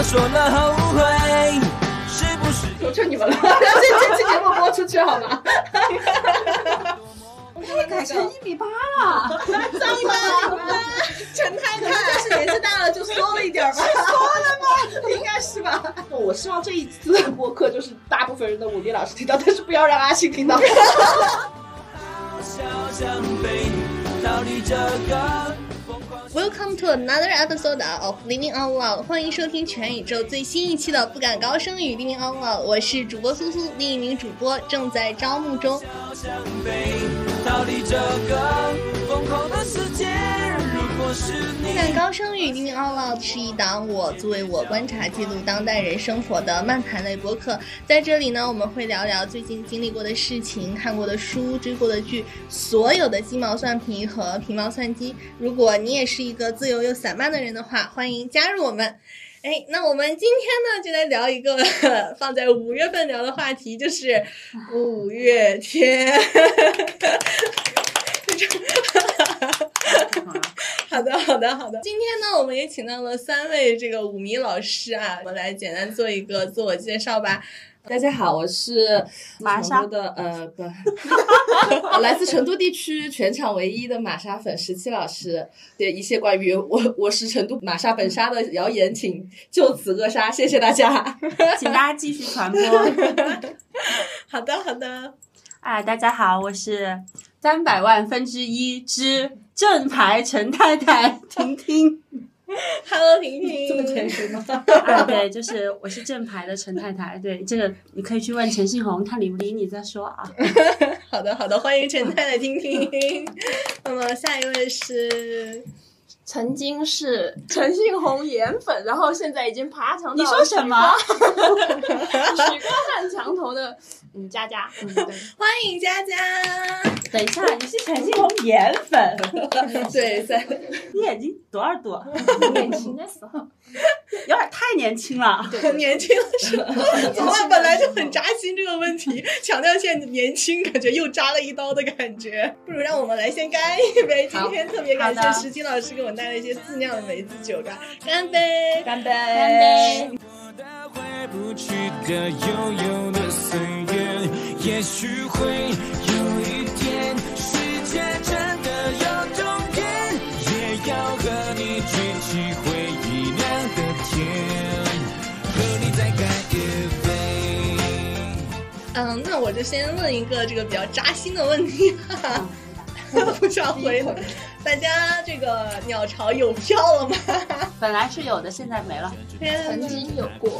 说了后悔，是不是？ 求求你们了，这期节目播出去好吗？ 改成1.8米了， 脏吗？陈太太是年纪大了就缩了一点吧？缩了吗？应该是吧。我希望这一次的播客就是大部分人的武力老师听到，但是不要让阿星听到。 Welcome to another episode of Living Out Loud， 欢迎收听全宇宙最新一期的不敢高声语 Living Out Loud， 我是主播苏苏，另一名主播正在招募中。不敢高声语 Living Out Loud 是一档我作为我观察记录当代人生活的漫谈类播客，在这里呢，我们会聊聊最近经历过的事情、看过的书、追过的剧，所有的鸡毛蒜皮和皮毛蒜鸡。如果你也是一个自由又散漫的人的话，欢迎加入我们。那我们今天呢就来聊一个放在5月份聊的话题，就是五月天。好的。今天呢，我们也请到了3位这个舞迷老师啊，我们来简单做一个自我介绍吧。 大家好，我是玛莎的来自成都地区全场唯一的玛莎粉17老师。对一些关于我是成都玛莎本莎的谣言，请就此扼杀，谢谢大家， 请大家继续传播。 好的。 大家好，我是300万分之一之正牌陈太太婷婷。 Hello， 婷婷， 这么谦虚吗？ 对，就是我是正牌的陈太太。对，这个你可以去问陈信宏，他理不理你再说啊。 好的，欢迎陈太太婷婷。那么下一位是。 曾经是陈信宏颜粉，然后现在已经爬墙到你说什么？ 许光汉墙头的佳佳，对， 欢迎佳佳。 等一下，你是陈信宏颜粉？ 对， 你眼睛多少度？ 年轻的时候有点太年轻了。 对，年轻的时候，怎么本来就很扎心这个问题，强调现在年轻，感觉又扎了一刀的感觉。不如让我们来先干一杯。今天特别感谢石金老师给我们带来一些自酿的梅子酒干，干杯！ 干杯！干杯！ 回不去的悠悠的岁月，也许会有一天，世界真的有终点，也要和你举起回忆亮的天，和你再干一杯。 那我就先问一个这个比较扎心的问题哈。不想回头，大家这个鸟巢有票了吗？ 本来是有的，现在没了。 曾经有过，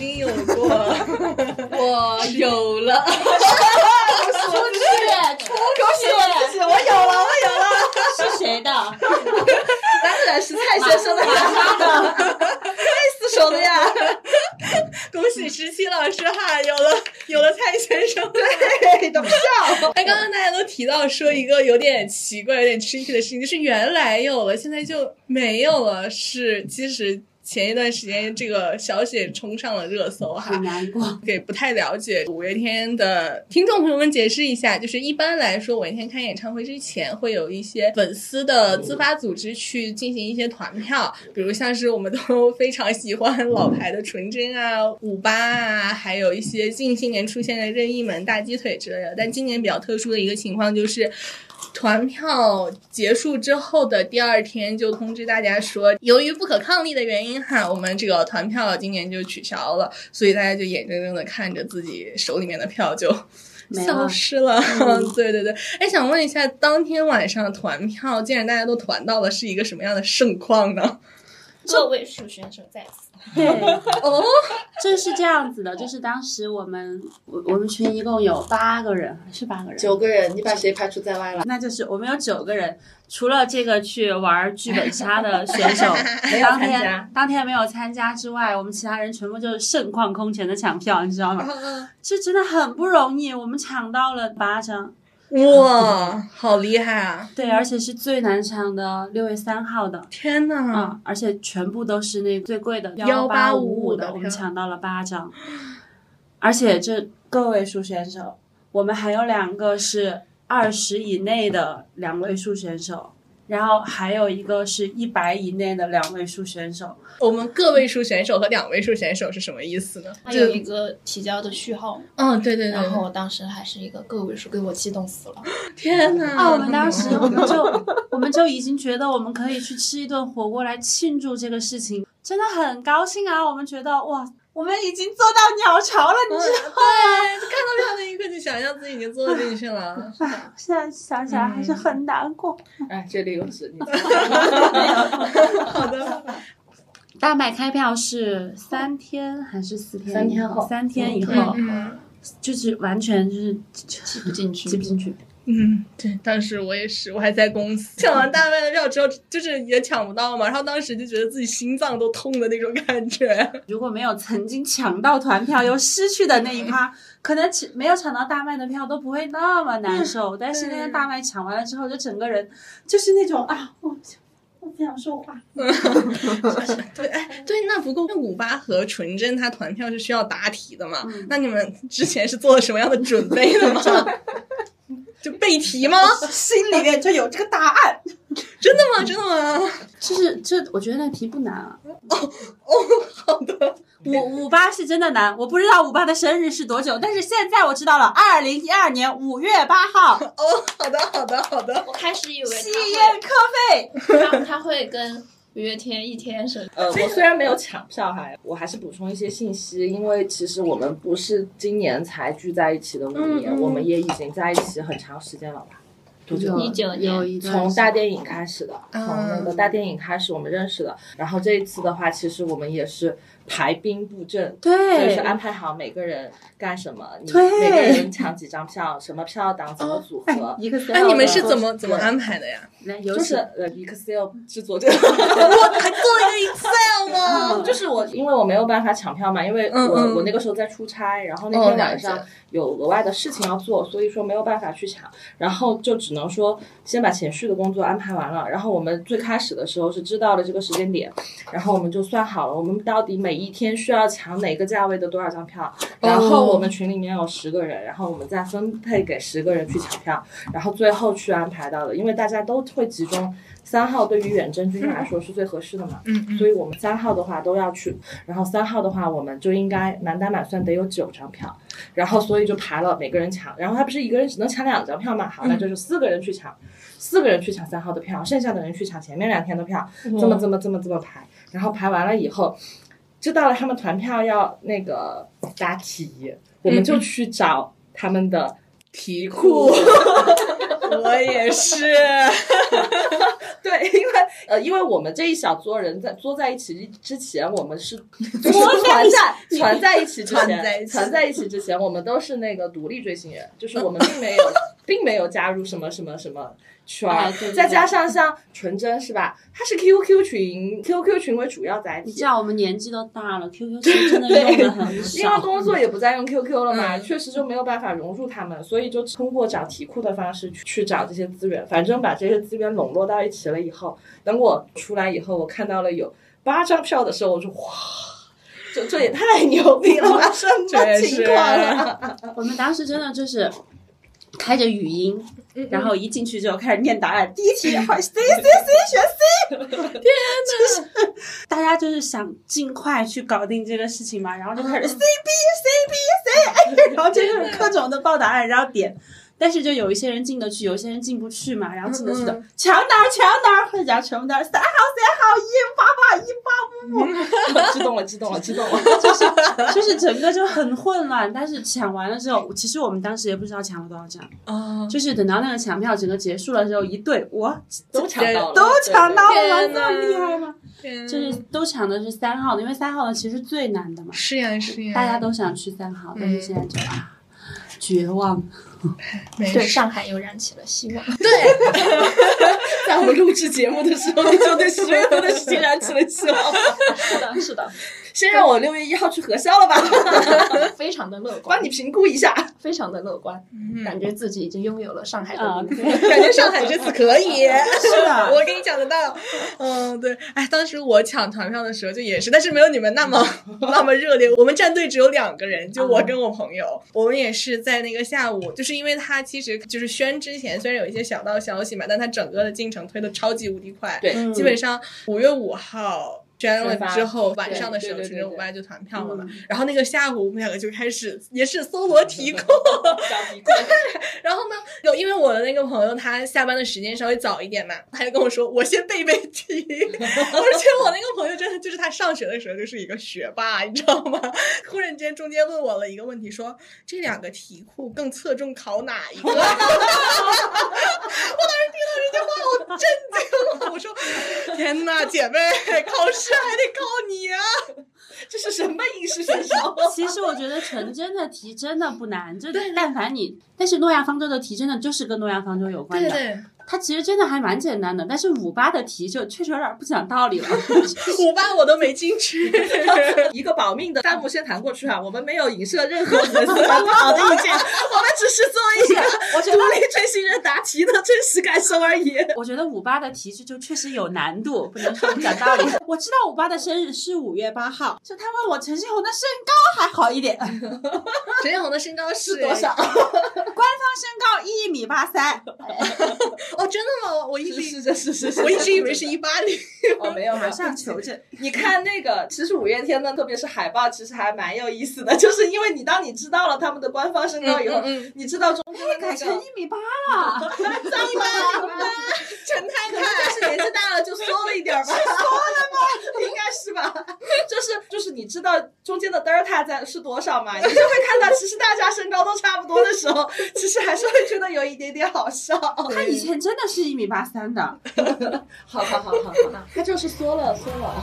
我有了。 出去， 恭喜我有了。 是谁的？ 当然是蔡先生的呀，贝斯手的呀。 恭喜17老师哈，有了蔡先生。 对的票。 刚刚大家都提到说一个有点奇怪、有点 tricky 的事情，就是原来有了，现在就没有了。是，其实前一段时间这个消息冲上了热搜哈， 很难过。 给不太了解五月天的听众朋友们解释一下，就是一般来说五月天开演唱会之前会有一些粉丝的自发组织去进行一些团票，比如像是我们都非常喜欢老牌的纯真啊、58啊，还有一些近些年出现的任意门、大鸡腿之类的。但今年比较特殊的一个情况就是团票结束之后的第2天就通知大家说，由于不可抗力的原因哈，我们这个团票今年就取消了，所以大家就眼睁睁的看着自己手里面的票就消失了。对，想问一下，当天晚上团票既然大家都团到了，是一个什么样的盛况呢？ 这位数选手在此。 对这是这样子的，就是当时我们群一共有8个人，是8个人 ，9个人，你把谁排除在外了？ 那就是我们有9个人，除了这个去玩剧本杀的选手当天没有参加之外，我们其他人全部就是盛况空前的抢票，你知道吗？这真的很不容易，我们抢到了8张。 哇，好厉害啊！ 对，而且是最难抢的6月3号的。 天哪！ 而且全部都是那个最贵的 1855 的，我们抢到了8张。而且这个位数选手，我们还有2个是20以内的2位数选手， 然后还有一个是100以内的2位数选手。 我们个位数选手和2位数选手是什么意思呢？ 还有一个提交的序号。 对对对。 然后我当时还是一个个位数，给我激动死了。 天哪！ 我们当时我们就已经觉得我们可以去吃一顿火锅来庆祝这个事情，真的很高兴啊！我们觉得哇，我们已经做到鸟巢了，你知道吗？ 对，就看到这样的一刻，就想象自己已经做进去了。 现在想起来还是很难过。 这里有是你。 好的。 大麦开票是3天还是4天 ？3天后 ，3天以后，就是完全就是挤不进去。 对，当时我也是，我还在公司抢完大麦的票之后，就是也抢不到嘛，然后当时就觉得自己心脏都痛的那种感觉。 如果没有曾经抢到团票又失去的那一趴，可能没有抢到大麦的票都不会那么难受。但是那天大麦抢完了之后，就整个人就是那种我不想说话。 对，那不过58和纯真他团票是需要答题的嘛？那你们之前是做了什么样的准备的吗？就背题吗？ 心里面就有这个答案。 真的吗？真的吗？ 就是我觉得那题不难啊。 好的。 58是真的难，我不知道58的生日是多久，但是现在我知道了，2012年5月8号。 好的。 我开始以为戏院课费，他会跟5月天一天生日。 我虽然没有抢票我还是补充一些信息，因为其实我们不是今年才聚在一起的5年，我们也已经在一起很长时间了吧？多久 ？19年， 从大电影开始的，从那个大电影开始我们认识的。然后这一次的话，其实我们也是排兵布阵， 对， 就是安排好每个人干什么，你每个人抢几张票，什么票档怎么组合。 你们是怎么安排的呀？ 就是Excel 制作这个， 我还做了一个 Excel 吗？ 就是因为我没有办法抢票嘛，因为我那个时候在出差，然后那天晚上有额外的事情要做，所以说没有办法去抢，然后就只能说先把前序的工作安排完了。然后我们最开始的时候是知道了这个时间点，然后我们就算好了我们到底每一天需要抢哪个价位的多少张票，然后我们群里面有10个人，然后我们再分配给10个人去抢票，然后最后去安排到的，因为大家都会集中3号对于远征军来说是最合适的嘛，所以我们3号的话都要去，然后3号的话我们就应该满打满算得有9张票，然后所以就排了每个人抢，然后他不是一个人只能抢2张票嘛，好，那就是4个人去抢3号的票，剩下的人去抢前面2天的票，这么排，然后排完了以后，知道了他们团票要那个答题，我们就去找他们的题库。 我也是。 对，因为我们这一小撮人坐在一起之前，我们是团在一起之前，我们都是那个独立追星人，就是我们并没有加入什么圈，再加上像纯真是吧？它是 QQ 群为主要载体。 你知道我们年纪都大了 ，QQ 群真的用的很少。 因为工作也不再用 QQ 了嘛，确实就没有办法融入他们，所以就通过找题库的方式去找这些资源，反正把这些资源笼络到一起了以后，等我出来以后，我看到了有8张票的时候，我说哇。这也太牛逼了吧！什么情况啊？ 我们当时真的就是开着语音，然后一进去就开始念答案。第一题选 C， 天哪！就是大家就是想尽快去搞定这个事情嘛，然后就开始 C B， 然后就是各种的报答案，然后点。但是就有一些人进得去，有些人进不去嘛，然后进得去的抢哪儿，然后全部都是3号188，激动了，就是整个就很混乱。但是抢完了之后，其实我们当时也不知道抢了多少张，就是等到那个抢票整个结束了之后，一对哇， 都抢到了， 这么厉害吗？就是都抢的是3号的，因为3号的其实最难的嘛。 是呀， 大家都想去3号，但是现在就绝望。 对上海又燃起了希望。 对，在我们录制节目的时候，你就对10月份的事情燃起了希望。 是的。 先让我6月1号去核销了吧。 非常的乐观， 帮你评估一下， 非常的乐观，感觉自己已经拥有了上海的感觉上海这次可以， 是的， 我跟你讲得到。对，哎，当时我抢团票的时候就也是，但是没有你们那么热烈。我们战队只有2个人，就我跟我朋友，我们也是在那个下午，就是因为他其实就是宣之前虽然有一些小道消息嘛，但他整个的进程推得超级无敌快， 对， 基本上5月5号。宣了之后，晚上的时候群众500就团票了嘛，然后那个下午我们2个就开始也是搜罗题库，对，然后呢，因为我的那个朋友他下班的时间稍微早一点嘛，他就跟我说我先背题，而且我那个朋友真的就是他上学的时候就是一个学霸，你知道吗？忽然间中间问我了一个问题，说这2个题库更侧重考哪一个？我当时听到这句话我震惊了，我说天哪，姐妹，考试还得靠你啊！ 这是什么应试选手？ 其实我觉得纯真的题真的不难，就但凡你，但是诺亚方舟的题真的就是跟诺亚方舟有关的。 对， 它其实真的还蛮简单的，但是58的题就确实有点不讲道理了。 58我都没进去。 一个保命的弹幕先弹过去啊，我们没有影射任何粉丝不好的意见，我们只是做一个独立追星人答题的真实感受而已。 我觉得58的题就确实有难度，不能说不讲道理。我知道58的生日是5月8号，就他问我陈星红的身高还好一点。 陈星红的身高是多少？ 官方身高1.83米。 哦，真的吗？我一直是， 我一直以为是180。 哦，没有， 马上求证。 你看那个，其实5月天呢，特别是海报，其实还蛮有意思的，就是因为当你知道了他们的官方身高以后，你知道中间的改成1.8米了， 脏吧？ 陈太太， 但是年纪大了就缩了一点吧？缩了吗？应该是吧？就是你知道中间的 delta 是多少嘛？你就会看到，其实大家身高都差不多的时候，其实还是会觉得有一点点好笑。 他以前真的是1.83米的。 好，他就是缩了。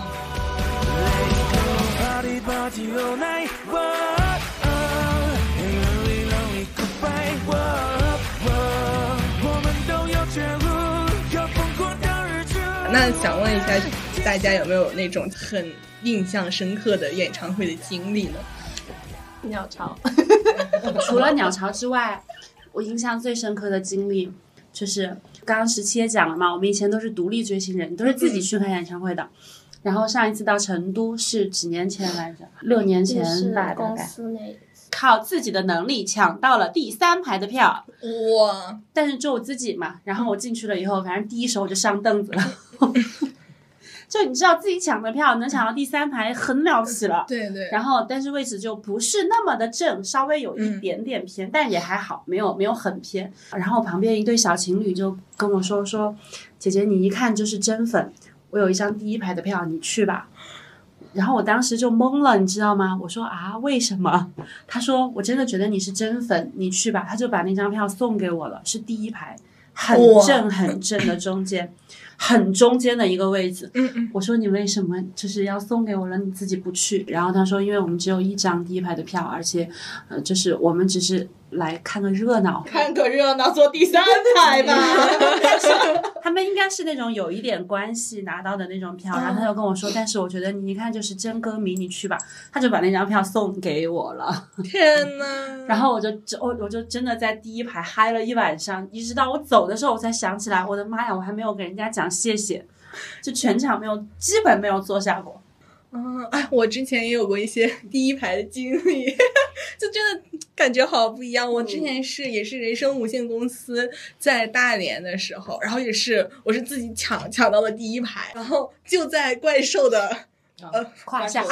那想问一下，大家有没有那种很印象深刻的演唱会的经历呢？ 鸟巢。 除了鸟巢之外，我印象最深刻的经历就是刚刚17也讲了嘛，我们以前都是独立追星人，都是自己去看演唱会的。然后上一次到成都是几年前来着？6年前吧，大概。靠自己的能力抢到了第3排的票， 哇！ 但是就我自己嘛，然后我进去了以后，反正第一手我就上凳子了。就你知道自己抢的票能抢到第3排很了不起了， 对。 然后但是位置就不是那么的正，稍微有一点点偏，但也还好，没有很偏。然后旁边一对小情侣就跟我说姐姐你一看就是真粉，我有一张第1排的票，你去吧。然后我当时就懵了，你知道吗？我说啊，为什么？他说我真的觉得你是真粉，你去吧。他就把那张票送给我了，是第1排，很正的中间，很中间的一个位置。我说你为什么就是要送给我了，你自己不去？然后他说因为我们只有1张第1排的票，而且就是我们只是来看个热闹， 坐第3排吧。 他们应该是那种有一点关系拿到的那种票，然后他就跟我说，但是我觉得你一看就是真歌迷，你去吧。他就把那张票送给我了。 天哪！ 然后我就真的在第1排嗨了一晚上，一直到我走的时候我才想起来，我的妈呀，我还没有给人家讲谢谢，就全场基本没有坐下过。 我之前也有过一些第1排的经历，就真的感觉好不一样。我之前也是人生无限公司在大连的时候，然后我是自己抢到了第1排，然后就在怪兽的胯下。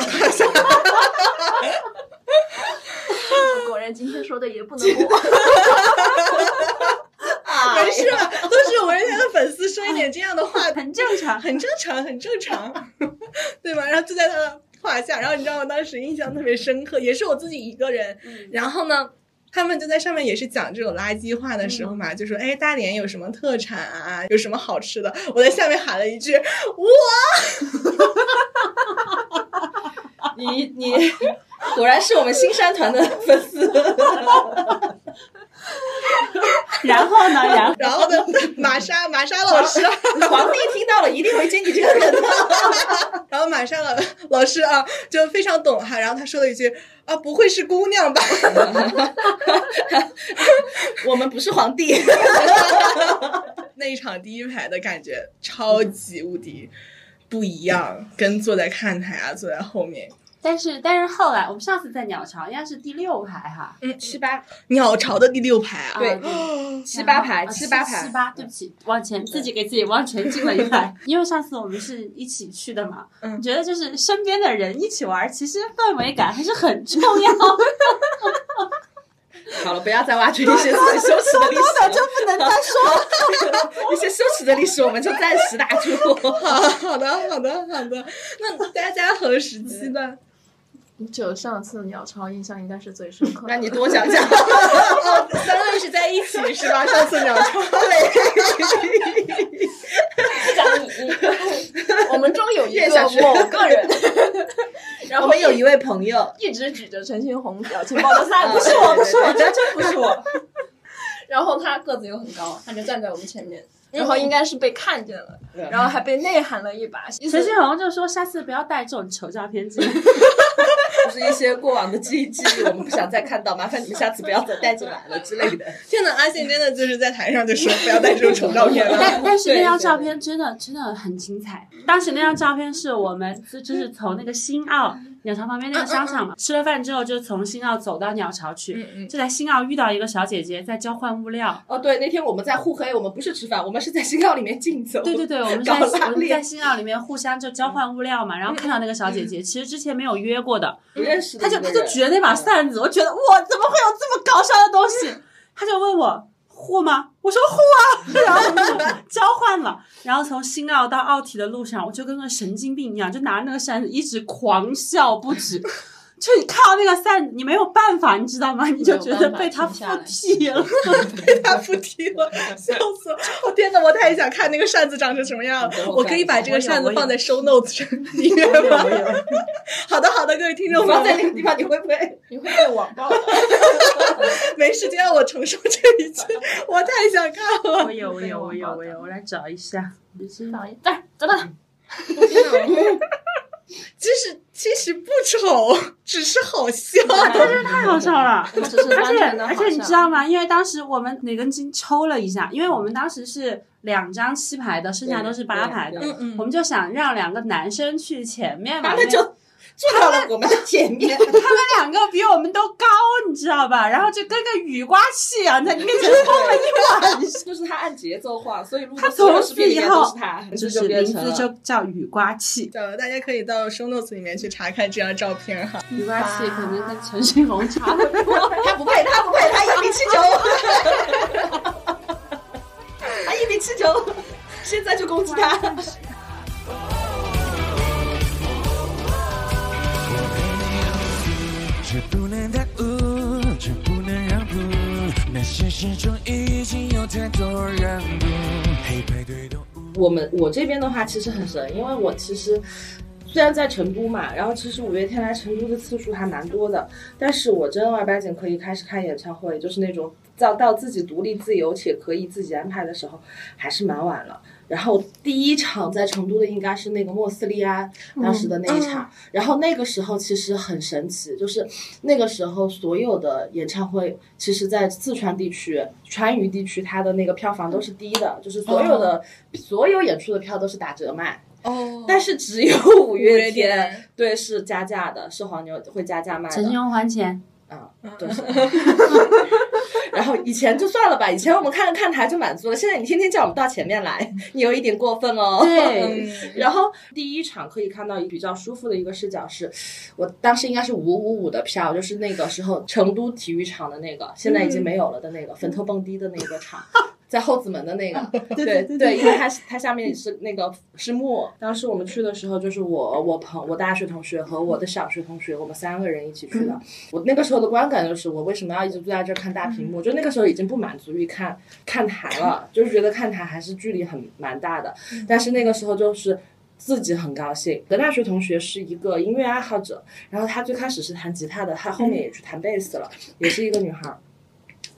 果然今天说的也不能播。 没事吧，都是我人家的粉丝说一点这样的话， 很正常， 对吧？然后就在他的胯下，然后你知道我当时印象特别深刻，也是我自己一个人，然后呢，他们就在上面也是讲这种垃圾话的时候嘛，就说哎，大连有什么特产啊，有什么好吃的？我在下面喊了一句哇！ 你果然是我们新山团的粉丝。 然后呢， 玛莎老师， 皇帝听到了一定会接你这个人的。 然然后马上老师啊就非常懂哈，然后他说了一句啊，不会是姑娘吧？ 我们不是皇帝。 那一场第一排的感觉超级无敌不一样，跟坐在看台啊，坐在后面。 但是后来我们上次在鸟巢应该是第6排哈 ，7、8， 鸟巢的第6排啊， 对，7、8排，7、8排， 对不起，往前自己给自己往前进了一排，因为上次我们是一起去的嘛，你觉得就是身边的人一起玩，其实氛围感还是很重要的。 好了，不要再挖出一些羞耻的历史了， 多的就不能再说一些羞耻的历史，我们就暂时打住。 好的。那大家何时期呢？ 就上次鸟巢印象应该是最深刻的。 那你多讲讲。 3位是在一起是吧？上次鸟巢。对。 讲你，我们中有一个某个人，然后我们有一位朋友一直举着陈星红表情包的伞，不是我，真不是我。然后他个子又很高，他就站在我们前面。然后应该是被看见了，然后还被内涵了一把。 陈星红就说：“下次不要带这种丑照片进来， 就是一些过往的记忆，我们不想再看到，麻烦你们下次不要再带进来了之类的。” 天哪，阿信真的就是在台上就说不要带这种丑照片了。 但是那张照片真的很精彩。当时那张照片是我们就是从那个新奥鸟巢旁边那个商场嘛，吃了饭之后就从新奥走到鸟巢去，就在新奥遇到一个小姐姐在交换物料。 哦，对，那天我们在互黑，我们不是吃饭，我们是在新奥里面竞走。 对，我们在新奥里面互相就交换物料嘛，然后看到那个小姐姐，其实之前没有约过的， 不认识的， 她就举了那把扇子，我觉得哇，怎么会有这么搞笑的东西？她就问我货吗？我说货啊，然后我们就交换了。然后从新奥到奥体的路上，我就跟个神经病一样，就拿那个扇子一直狂笑不止。就你看到那个扇子，你没有办法，你知道吗？你就觉得被他附体了， 被他附体了，笑死了！我天哪，我太想看那个扇子长成什么样了。我可以把这个扇子放在 show notes 里面吗？好的，各位听众们， 放在那个地方你会被网暴的。 没时间让我承受这一切，我太想看了。 我有，我来找一下。 找到。 其实不丑，只是好笑， 但是太好笑了， 而且你知道吗？因为当时我们哪根筋抽了一下，因为我们当时是2张7排的，剩下都是8排的，我们就想让2个男生去前面嘛， 他们就坐到了我们的前面， 他们2个比我们都高，你知道吧？然后就跟个雨刮器啊，在你面前晃了一晚上。 就是他按节奏晃，所以录他从此以后就是名字就叫雨刮器。 大家可以到 show notes 里面去查看这张照片哈。 雨刮器可能跟陈星红差不多， 他不配，他1米79，他1米79，现在就攻击他。 却不能耽误，却不能让步，那现实中已经有太多让步。黑白对动物。 我这边的话其实很神，因为我其实虽然在成都嘛，然后其实5月天来成都的次数还蛮多的，但是我正儿八经可以开始看演唱会，就是那种到自己独立自由且可以自己安排的时候，还是蛮晚了。然后第一场在成都的应该是那个莫斯利安当时的那一场，然后那个时候其实很神奇，就是那个时候所有的演唱会其实在四川地区川渝地区它的那个票房都是低的，就是所有演出的票都是打折卖。但是只有5月天对是加价的，是黄牛会加价卖的。 陈星红还钱对。然后以前就算了吧，以前我们看台就满足了，现在你天天叫我们到前面来，你有一点过分哦。 对。 然后第一场可以看到比较舒服的一个视角是，我当时应该是555的票，就是那个时候成都体育场的那个，现在已经没有了的那个坟头蹦迪的那个场。在后子门的那个，对，因为它下面是那个是墓。当时我们去的时候，就是我大学同学和我的小学同学，我们3个人一起去的。我那个时候的观感就是，我为什么要一直坐在这看大屏幕？就那个时候已经不满足于看台了，就是觉得看台还是距离蛮大的。但是那个时候就是自己很高兴。我的大学同学是一个音乐爱好者，然后他最开始是弹吉他的，他后面也去弹贝斯了，也是一个女孩。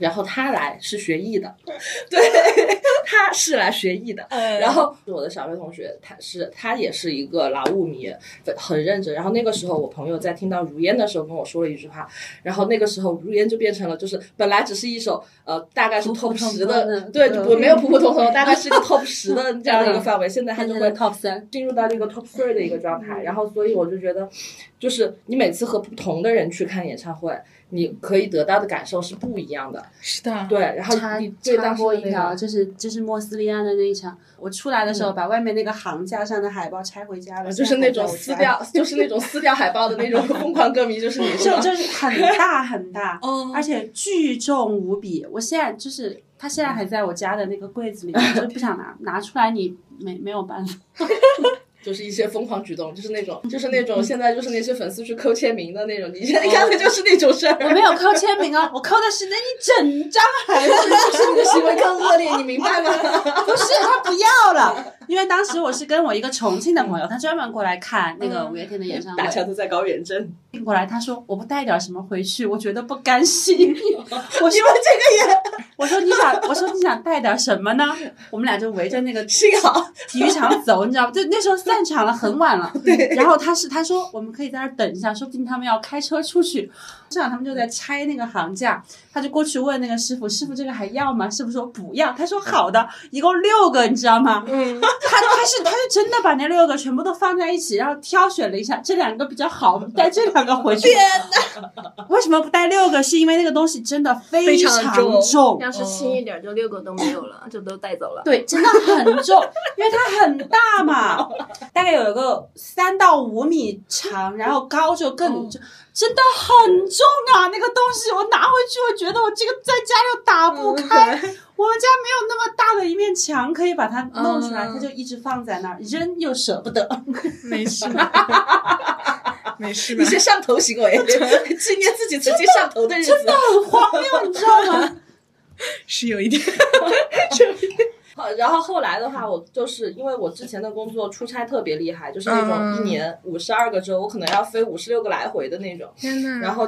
然后他来是学艺的，对，他是来学艺的。然后我的小学同学，他也是一个劳务迷，很认真。然后那个时候我朋友在听到如烟的时候跟我说了一句话，然后那个时候如烟就变成了就是本来只是一首大概是 top 10的，对，我没有普普通通，大概是一个 top 10的这样的一个范围，现在他就会 top 3 进入到这个 top 3的一个状态。然后所以我就觉得，就是你每次和不同的人去看演唱会，你可以得到的感受是不一样的。 是的， 对。然后你对当时插播一条，就是莫斯利安的那一场，我出来的时候把外面那个行架上的海报拆回家了， 就是那种撕掉，就是那种撕掉海报的那种疯狂歌迷，就是你就是很大很大，而且巨重无比。我现在就是它现在还在我家的那个柜子里面，就不想拿出来，你没有办法。 就是一些疯狂举动，就是那种现在就是那些粉丝去扣签名的那种，你现在干的就是那种事儿。 我没有扣签名啊，我扣的是那一整张海报， 就是你的行为更恶劣，你明白吗？ 不是，他不要了，因为当时我是跟我一个重庆的朋友，他专门过来看那个五月天的演唱会， 大家都在搞远征。 过来他说我不带点什么回去，我觉得不甘心。我说你们这个也， 我说你想带点什么呢？我们俩就围着那个幸好体育场走，你知道吗？就那时候散场了，很晚了。对。然后他说我们可以在那儿等一下，说不定他们要开车出去。这样他们就在拆那个行架，他就过去问那个师傅这个还要吗？师傅说不要，他说好的，一共6个，你知道吗？他是真的把那6个全部都放在一起，然后挑选了一下，这2个比较好，我们带这2个回去。 天哪！ 为什么不带6个？是因为那个东西真的非常重， 要是轻一点就6个都没有了，就都带走了。 对，真的很重，因为它很大嘛，大概有个3到5米长，然后高就更真的很重啊！那个东西我拿回去，我觉得我这个在家又打不开，我们家没有那么大的一面墙可以把它弄出来，它就一直放在那儿，扔又舍不得。 没事。没事吧？ 一些上头行为，纪念自己曾经上头的日子， 真的很荒谬，你知道吗？ 是有一点。 好，然后后来的话，我就是因为我之前的工作出差特别厉害，就是那种一年52个周，我可能要飞56个来回的那种。 天哪！ 然后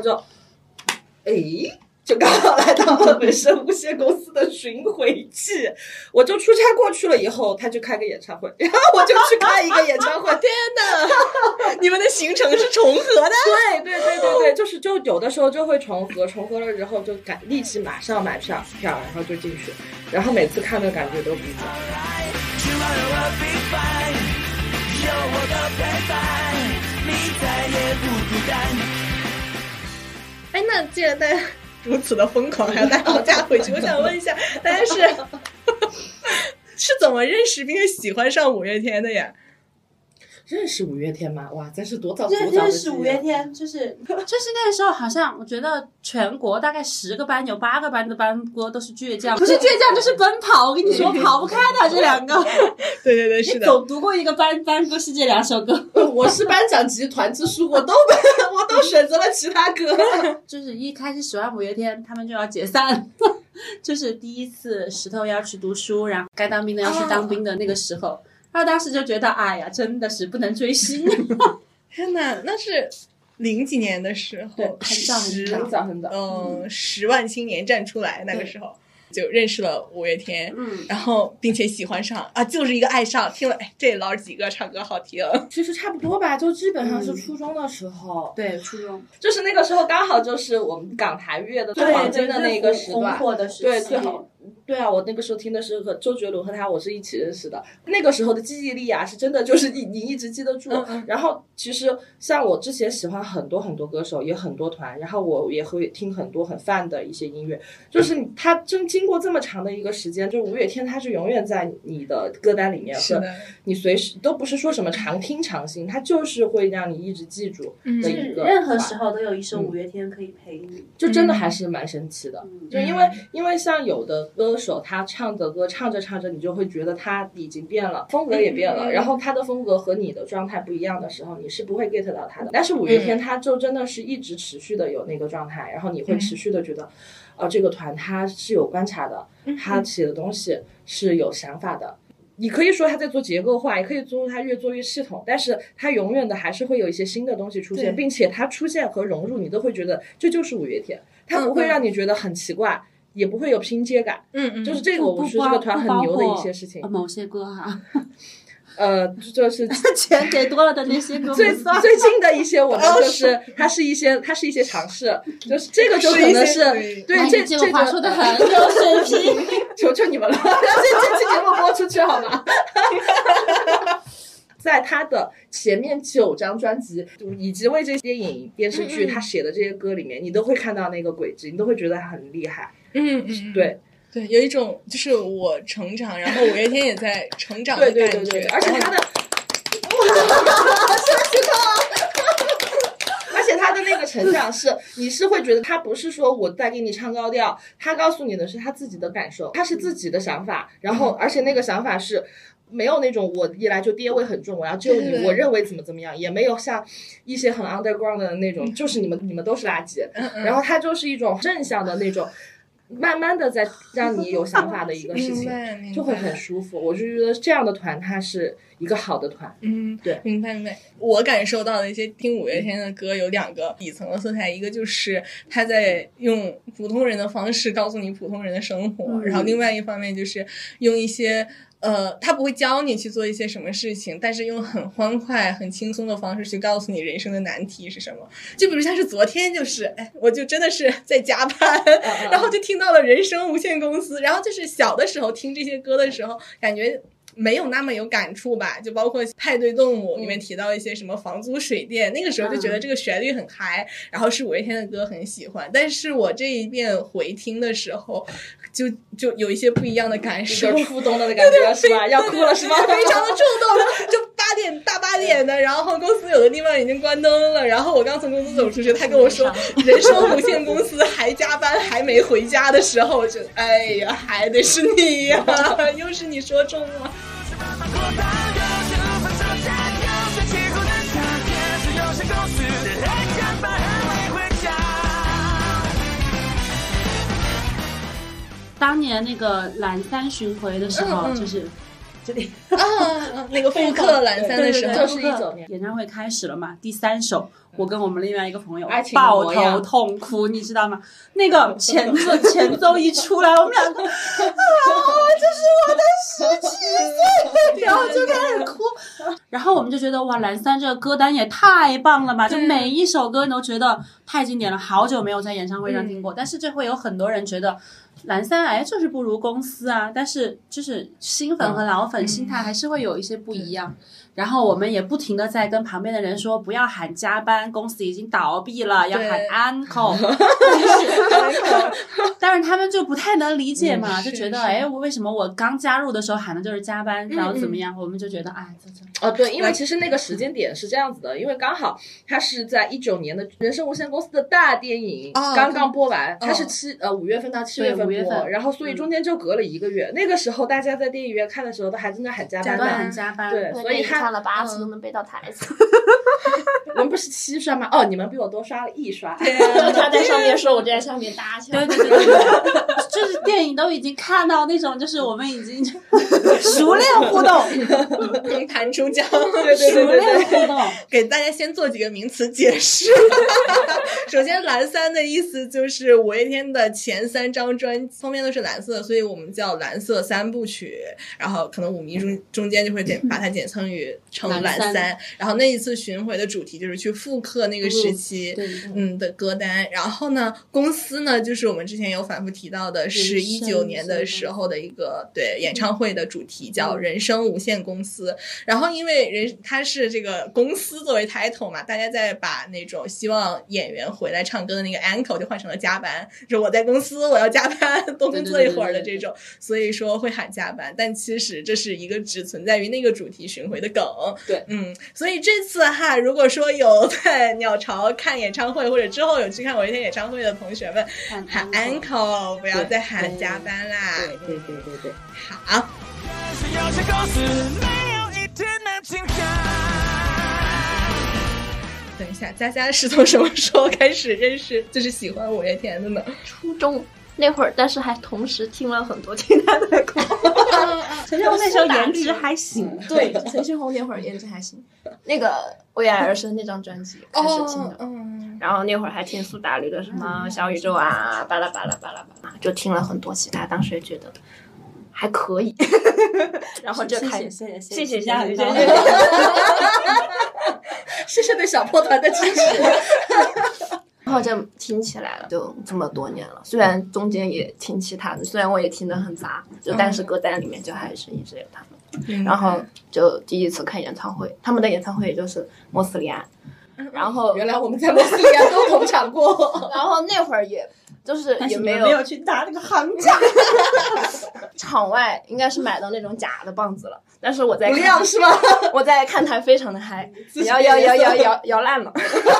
就刚好来到了本身无限公司的巡回季，我就出差过去了以后，他就开个演唱会，然后我就去看一个演唱会。 天哪！你们的行程是重合的？ 对，就有的时候就会重合了之后就立即马上买票，然后就进去，然后每次看的感觉都不一样。有我的陪伴，你再也不孤单。那既然大家如此的疯狂，还要带好家回去，我想问一下，大家是怎么认识并且喜欢上五月天的呀？ 认识五月天吗？哇，真是多早认识五月天，就是那个时候，好像我觉得全国大概10个班有8个班的班歌都是倔强，不是倔强就是奔跑。我跟你说，跑不开的这2个。 对，是的。 你总读过一个班歌是这2首歌。 我是班长级团支书，我都选择了其他歌。 就是一开始喜欢五月天，他们就要解散。就是第一次石头要去读书，然后该当兵的要去当兵的那个时候。他当时就觉得，哎呀，真的是不能追星。 天哪，那是00几年的时候， 对，很早。 10万青年站出来，那个时候就认识了五月天，然后并且喜欢上啊，就是一个爱上，听了，哎，这老几个唱歌好听。 其实差不多吧，就基本上是初中的时候， 对，初中就是那个时候刚好就是我们港台乐的最黄金的那个时段，对，最好。对啊，我那个时候听的是和周杰伦和他，我是一起认识的。那个时候的记忆力啊，是真的就是你一直记得住。然后其实像我之前喜欢很多很多歌手，也很多团，然后我也会听很多很泛的一些音乐。就是他真经过这么长的一个时间，就五月天他是永远在你的歌单里面， 是的， 你随时都不是说什么常听常新，他就是会让你一直记住的一个。 任何时候都有一首五月天可以陪你， 就真的还是蛮神奇的。就因为像有的歌手他唱的歌唱着唱着你就会觉得他已经变了，风格也变了，然后他的风格和你的状态不一样的时候，你是不会 get 到他的。但是五月天他就真的是一直持续的有那个状态，然后你会持续的觉得这个团他是有观察的，他写的东西是有想法的。你可以说他在做结构化，也可以说他越做越系统，但是他永远的还是会有一些新的东西出现，并且他出现和融入你都会觉得这就是五月天，他不会让你觉得很奇怪， 也不会有拼接感。就是这个我觉得这个团很牛的一些事情。 某些歌哈。 就是钱给多了的那些歌， 最近的一些我们就是它是一些尝试，就是这个就可能是对这个话说的很有水平， 求求你们了，这期节目播出去好吗？在他的前面9张专辑以及为这些电影电视剧他写的这些歌里面，你都会看到那个轨迹，你都会觉得他很厉害。 对，有一种就是我成长，然后五月天也在成长的感觉。 对，而且他的而且他的那个成长是你是会觉得他不是说我在给你唱高调，他告诉你的是他自己的感受，他是自己的想法，然后而且那个想法是没有那种我一来就爹味很重，我要救你，我认为怎么样，也没有像一些很 underground 的那种，就是你们都是垃圾。然后他就是一种正向的那种慢慢的在让你有想法的一个事情，就会很舒服。我就觉得这样的团它是一个好的团。对， 明白。我感受到的一些听五月天的歌有2个底层的色彩，一个就是他在用普通人的方式告诉你普通人的生活，然后另外一方面就是用一些他不会教你去做一些什么事情，但是用很欢快很轻松的方式去告诉你人生的难题是什么。就比如像是昨天就是我就真的是在加班然后就听到了人生无限公司，然后就是小的时候听这些歌的时候感觉没有那么有感触吧，就包括派对动物里面提到一些什么房租水电，那个时候就觉得这个旋律很嗨，然后是五月天的歌很喜欢，但是我这一遍回听的时候就有一些不一样的感受， 触动的感觉是吧？要哭了是吧？ 非常的触动，就大8点的，然后公司有的地方已经关灯了，然后我刚从公司走出去，他跟我说人生无限公司还加班还没回家的时候，我觉得哎呀还得是你呀又是你说中了。 当年那个蓝3巡回的时候，就是这里那个复刻蓝3的时候， 就是19年演唱会开始了嘛，第3首我跟我们另外一个朋友抱头痛哭，你知道吗？那个前奏一出来，我们两个这是我的17岁，然后就开始哭，然后我们就觉得哇，蓝3这个歌单也太棒了吧，就每一首歌你都觉得太经典了，好久没有在演唱会上听过，但是这会有很多人觉得蓝3就是不如公司啊，但是就是新粉和老粉心态还是会有一些不一样。然后我们也不停的在跟旁边的人说不要喊加班，公司已经倒闭了，要喊 uncle 但是他们就不太能理解嘛，就觉得为什么我刚加入的时候喊的就是加班，然后怎么样，我们就觉得对，因为其实那个时间点是这样子的，因为刚好它是在19年的人生无限公司的大电影刚刚播完，它是5月份到7月份播，然后所以中间就隔了1个月，那个时候大家在电影院看的时候都还真的喊加班的， 喊加班， 对，所以看了8次都能背到台词我们不是7刷吗？你们比我多刷了1刷。 对啊，他在上面说，我在上面搭腔。 对，就是电影都已经看到那种，就是我们已经熟练互动， 能弹出脚， 熟练互动。 给大家先做几个名词解释。首先，蓝3的意思就是五月天的前3张专辑封面都是蓝色，所以我们叫蓝色3部曲。然后可能舞迷中间就会把它简称成蓝3。然后那一次巡回的主题就是去复刻那个时期的歌单。然后呢，公司呢就是我们之前有反复提到的，是19年的时候的一个演唱会的主题叫人生无限公司。然后因为它是这个公司作为 title 嘛，大家在把那种希望演员回来唱歌的那个 uncle 就换成了加班，就是我在公司我要加班多工作一会儿的这种，所以说会喊加班。但其实这是一个只存在于那个主题巡回的梗。 对， 所以这次如果说有在鸟巢看演唱会或者之后有去看五月天演唱会的同学们，喊 uncle 不要再喊加班啦。 对， 好。等一下，佳佳是从什么时候开始认识就是喜欢五月天的呢？ 初中那会儿，但是还同时听了很多其他的歌。 陈星红那时候颜值还行， 对，陈星红那会儿颜值还行。 那个为爱而生那张专辑开始听的，然后那会儿还听苏打绿的什么小宇宙啊，巴拉巴拉巴拉巴拉，就听了很多其他，当时也觉得还可以，然后就开谢谢谢对小破团的支持。 然后就听起来了，就这么多年了。虽然中间也听其他的，虽然我也听得很杂，就但是歌单里面就还是一直有他们。然后就第一次看演唱会，他们的演唱会也就是莫斯利安。然后原来我们在莫斯利安都同场过。 然后那会儿也就是也没有去打那个行价， 场外应该是买到那种假的棒子了，但是我在不亮是吗？ 我在看台非常的嗨，摇烂了。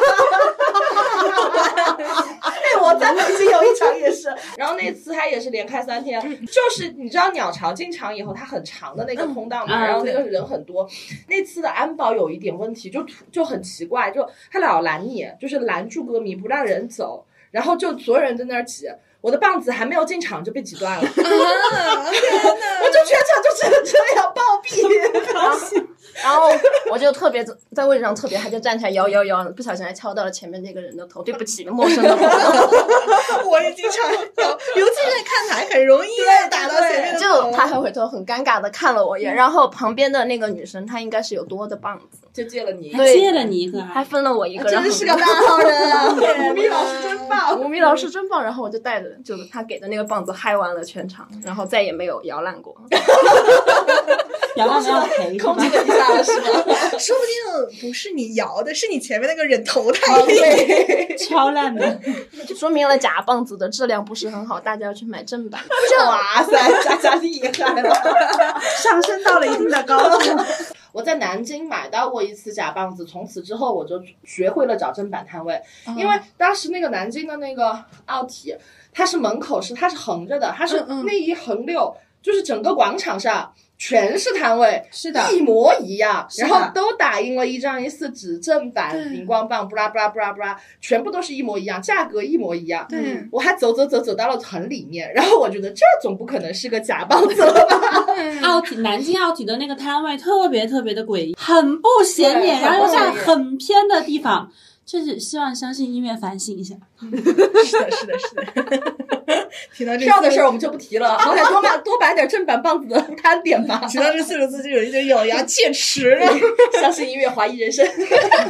我在北京有一场也是，然后那次他也是连开3天，就是你知道鸟巢进场以后它很长的那个通道嘛，然后那个人很多。那次的安保有一点问题，就很奇怪，就他老拦你，就是拦住歌迷不让人走，然后就所有人在那儿挤。我的棒子还没有进场就被挤断了，天哪！我就全场就只能这样暴毙。 然后我就特别在位置上特别，他就站起来摇，不小心还敲到了前面那个人的头，对不起，陌生的朋友。 我也经常摇，尤其在看台很容易打到前面的头。 就他还回头很尴尬的看了我一眼，然后旁边的那个女生她应该是有多的棒子， 就借了你， 借了你一个， 还分了我一个， 真是个大好人啊！吴宓老师真棒， 吴宓老师真棒。然后我就带着就是他给的那个棒子嗨完了全场，然后再也没有摇烂过。 摇烂要赔， 空气给你下了是吗？ 说不定不是你摇的，是你前面那个人头太厉， 敲烂的， 就说明了假棒子的质量不是很好，大家要去买正版。 哇塞，大家厉害了， 上升到了一定的高度。 我在南京买到过一次假棒子，从此之后我就学会了找正版摊位，因为当时那个南京的那个奥体，它是门口它是横着的，它是那一横溜，就是整个广场上全是摊位， 是的， 一模一样，然后都打印了1张A4纸正版荧光棒，布拉布拉布拉布拉，全部都是一模一样，价格一模一样。 对， 我还走到了很里面，然后我觉得这总不可能是个假棒子了吧？ 南京奥体的那个摊位特别特别的诡异，很不显眼，然后又在很偏的地方。就是希望相信音乐反省一下。 是的。提到这票的事儿我们就不提了，好歹多摆点正版棒子的摊点吧。 提到这4个字就有一点咬牙切齿了。 相信音乐，怀疑人生。 是，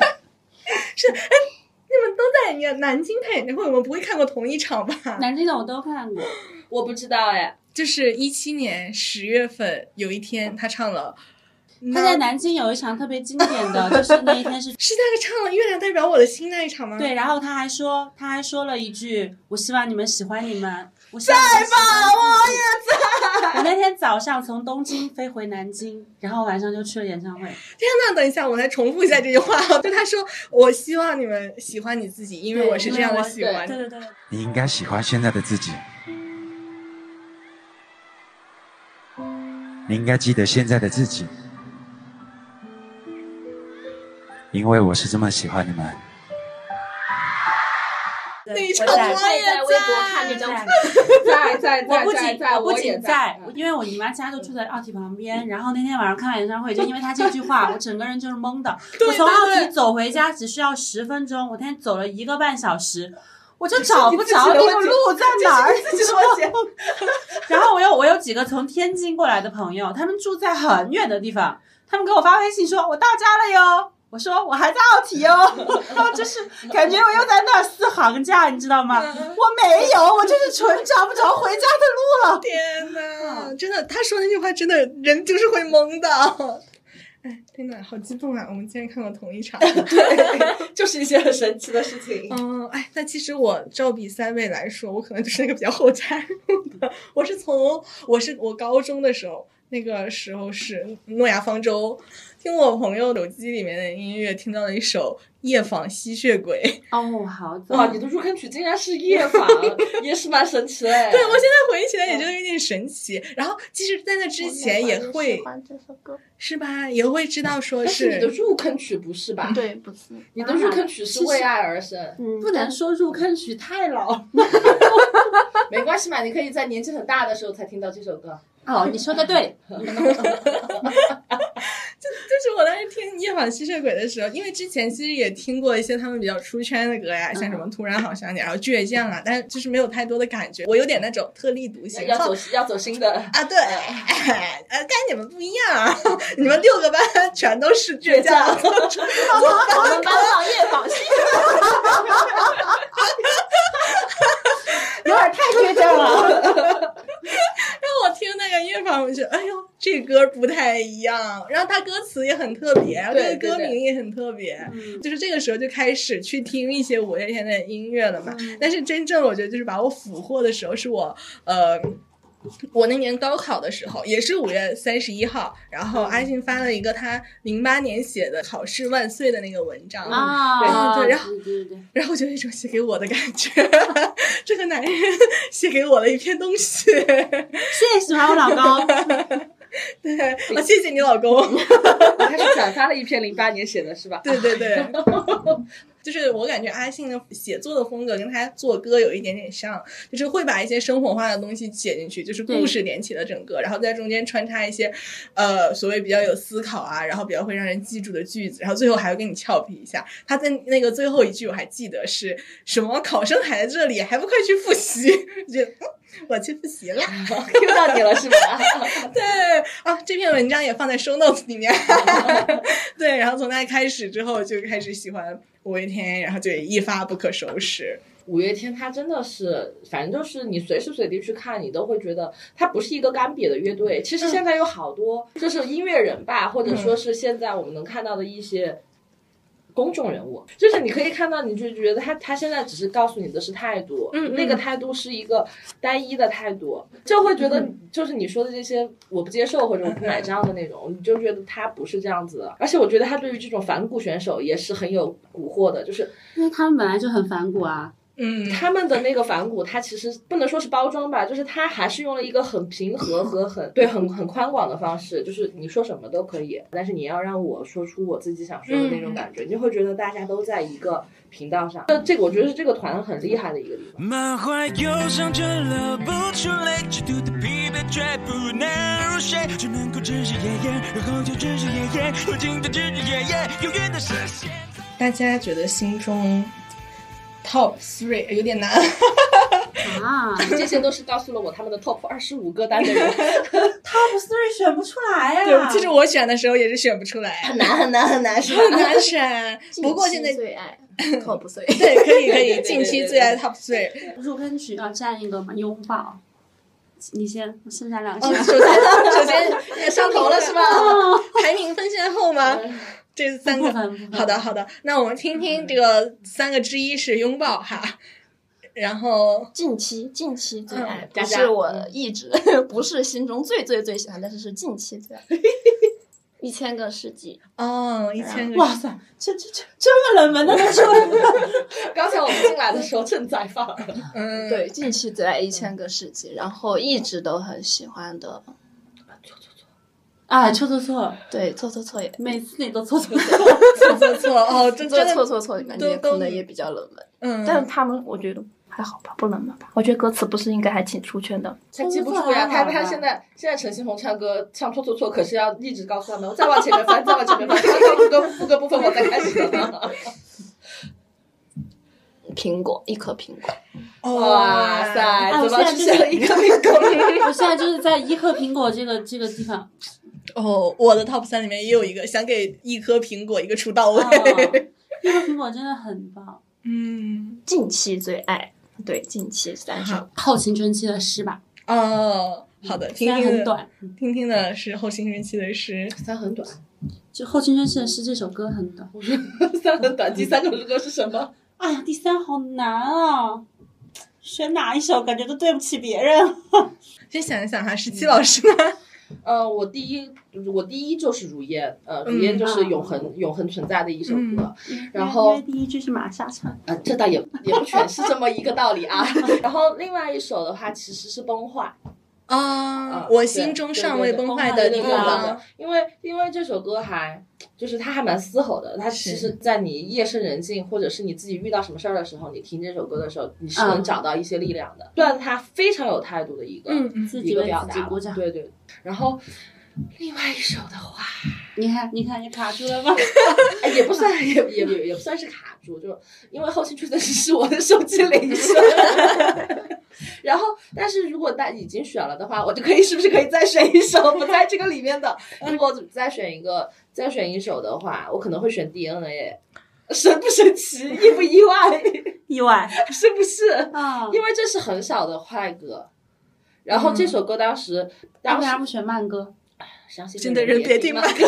你们都在南京看演唱会，我们不会看过同一场吧？ 南京的我都看过， 我不知道哎。 就是17年10月份有一天，他唱了。 他在南京有一场特别经典的，就是那一天是那个唱了《月亮代表我的心》那一场吗？ 对，然后他还说了一句：“我希望你们喜欢你们。” 在吧，我也在。 我那天早上从东京飞回南京，然后晚上就去了演唱会。 天哪，等一下，我来重复一下这句话。就他说：“我希望你们喜欢你自己，因为我是这样的喜欢。” 对。 你应该喜欢现在的自己，你应该记得现在的自己。因为我是这么喜欢你们。 那一场我也在微博看这张， 在， 我不仅在，因为我姨妈家就住在奥体旁边，然后那天晚上看完演唱会，就因为他这句话，我整个人就是懵的。我从奥体走回家只需要10分钟，我那天走了1个半小时。我就找不着那个路在哪儿，然后我有几个从天津过来的朋友，他们住在很远的地方，他们给我发微信说我到家了哟。我说我还在奥体哦，然后就是感觉我又在那儿撕行价，你知道吗？我没有，我就是纯找不着回家的路了。 天哪，真的，他说那句话真的人就是会懵的。哎，天哪，好激动啊！我们竟然看过同一场， 对，就是一些很神奇的事情。 那其实我照比3位来说，我可能就是那个比较后加入的。我高中的时候，那个时候是诺亚方舟。听我朋友手机里面的音乐，听到了一首《夜访吸血鬼》。 哦，好的。 哇，你的入坑曲竟然是夜访，也是蛮神奇的。 对，我现在回忆起来也觉得有点神奇。然后其实在那之前也会喜欢这首歌， 是吧？也会知道说是你的入坑曲不是吧？ 对，不是。 你的入坑曲是为爱而生。 不能说入坑曲太老。 没关系嘛，你可以在年纪很大的时候才听到这首歌。 哦，你说的对。 就是我当时听夜访访吸血鬼的时候，因为之前其实也听过一些他们比较出圈的歌呀，像什么突然好想你，然后倔强啊，但是就是没有太多的感觉。我有点那种特立独行， 要走新的啊，对，跟你们不一样，你们6个班全都是倔强， 我们班上夜访吸血鬼，有点太倔强了。 然后我听那个乐坊，我就哎呦，这歌不太一样。然后他歌词也很特别，这个歌名也很特别。就是这个时候就开始去听一些五月天的音乐了嘛。但是真正我觉得就是把我俘获的时候，是我那年高考的时候，也是5月31号，然后阿信发了一个他08年写的考试万岁的那个文章啊，对，然后我就有一种写给我的感觉，这个男人写给我了一篇东西， 谢谢喜欢我老公。 对，谢谢你老公。 他是转发了一篇08年写的是吧？ 对对对。就是我感觉阿信的写作的风格跟他做歌有一点点像，就是会把一些生活化的东西写进去，就是故事连起了整个，然后在中间穿插一些所谓比较有思考啊，然后比较会让人记住的句子，然后最后还会跟你俏皮一下。他在那个最后一句我还记得是什么，考生还在这里还不快去复习，就我去复习了。 Q 到你了是吧？ 对啊，这篇文章也放在 show notes 里面。对，然后从那开始之后就开始喜欢五月天，然后就一发不可收拾。 五月天他真的是，反正就是你随时随地去看，你都会觉得他不是一个干瘪的乐队。其实现在有好多就是音乐人吧，或者说是现在我们能看到的一些公众人物，就是你可以看到，你就觉得他现在只是告诉你的是态度，那个态度是一个单一的态度，就会觉得就是你说的这些我不接受或者我不买账的那种，你就觉得他不是这样子的。而且我觉得他对于这种反骨选手也是很有蛊惑的，就是因为他们本来就很反骨啊。 他们的那个反骨，他其实不能说是包装吧，就是他还是用了一个很平和和很宽广的方式，就是你说什么都可以，但是你要让我说出我自己想说的那种感觉，你就会觉得大家都在一个频道上。这个我觉得是这个团很厉害的一个地方。 满怀忧伤，却流不出泪，极度的疲惫却不能入睡，只能够只是夜夜，然后就只是夜夜，如今的只是夜夜，永远的实现。 大家觉得心中Top 3有点难啊， 这些都是告诉了我他们的 Top 25歌单的人。 Top 3选不出来呀。 对，其实我选的时候也是选不出来， 很难是吧？ 很难选。不过现在最爱 Top 3， 对，可以，近期最爱 Top 3。 入坑曲要占一个嘛，拥抱。你先，剩下2个。 首先上头了是吧？排名分先后吗？这3个，好的，那我们听听这个3个之一是拥抱哈，然后近期最爱，不是我一直不是心中最喜欢，但是近期最爱。1000个世纪哦，1000个， 哇塞，这么冷门的都说。 刚才我们进来的时候正在放。 对，近期最爱1000个世纪，然后一直都很喜欢的。 啊，错， 对，错也， 每次你都错哦，真的错，感觉可能也比较冷门。但是他们我觉得还好吧，不冷门吧？我觉得歌词不是应该还挺出圈的。 他记不住呀，他现在陈星红唱歌唱错，可是要一直告诉他们，再往前面翻，副歌部分我再开始了。 苹果，一颗苹果。 哇塞，怎么出现了一颗苹果？ 我现在就是在一颗苹果这个地方。 哦，我的 Top 3里面也有一个，想给一颗苹果一个出到位。 一颗苹果真的很棒。 近期最爱，对，近期3首。 后青春期的诗吧。 哦，好的，听听的是后青春期的诗 ，3很短。 就后青春期的诗这首歌很短。 我说3很短，第3首歌是什么？ 哎呀，第3好难啊！选哪一首感觉都对不起别人。 先想一想哈，17老师呢？ 我第一就是如烟，如烟就是永恒存在的一首歌。然后第一句是马莎唱， 这倒也不全是这么一个道理啊。然后另外一首的话其实是崩坏。 我心中尚未崩坏的地方。 因为这首歌就是它还蛮嘶吼的，它其实在你夜深人静或者是你自己遇到什么事儿的时候，你听这首歌的时候，你是能找到一些力量的。虽然它非常有态度的一个表达，对。然后另外一首的话， 你看你卡住了吗？ 也不算，也不算是卡住，就因为后期确实是我的手机铃声。然后，但是如果已经选了的话，我就是不是可以再选一首不在这个里面的？如果再选一首的话，我可能会选 DNA。神不神奇，意不意外？ 意外是不是？ 啊， 因为这是很小的快歌，然后这首歌当时为啥不选慢歌？ 相信真的人别听慢歌。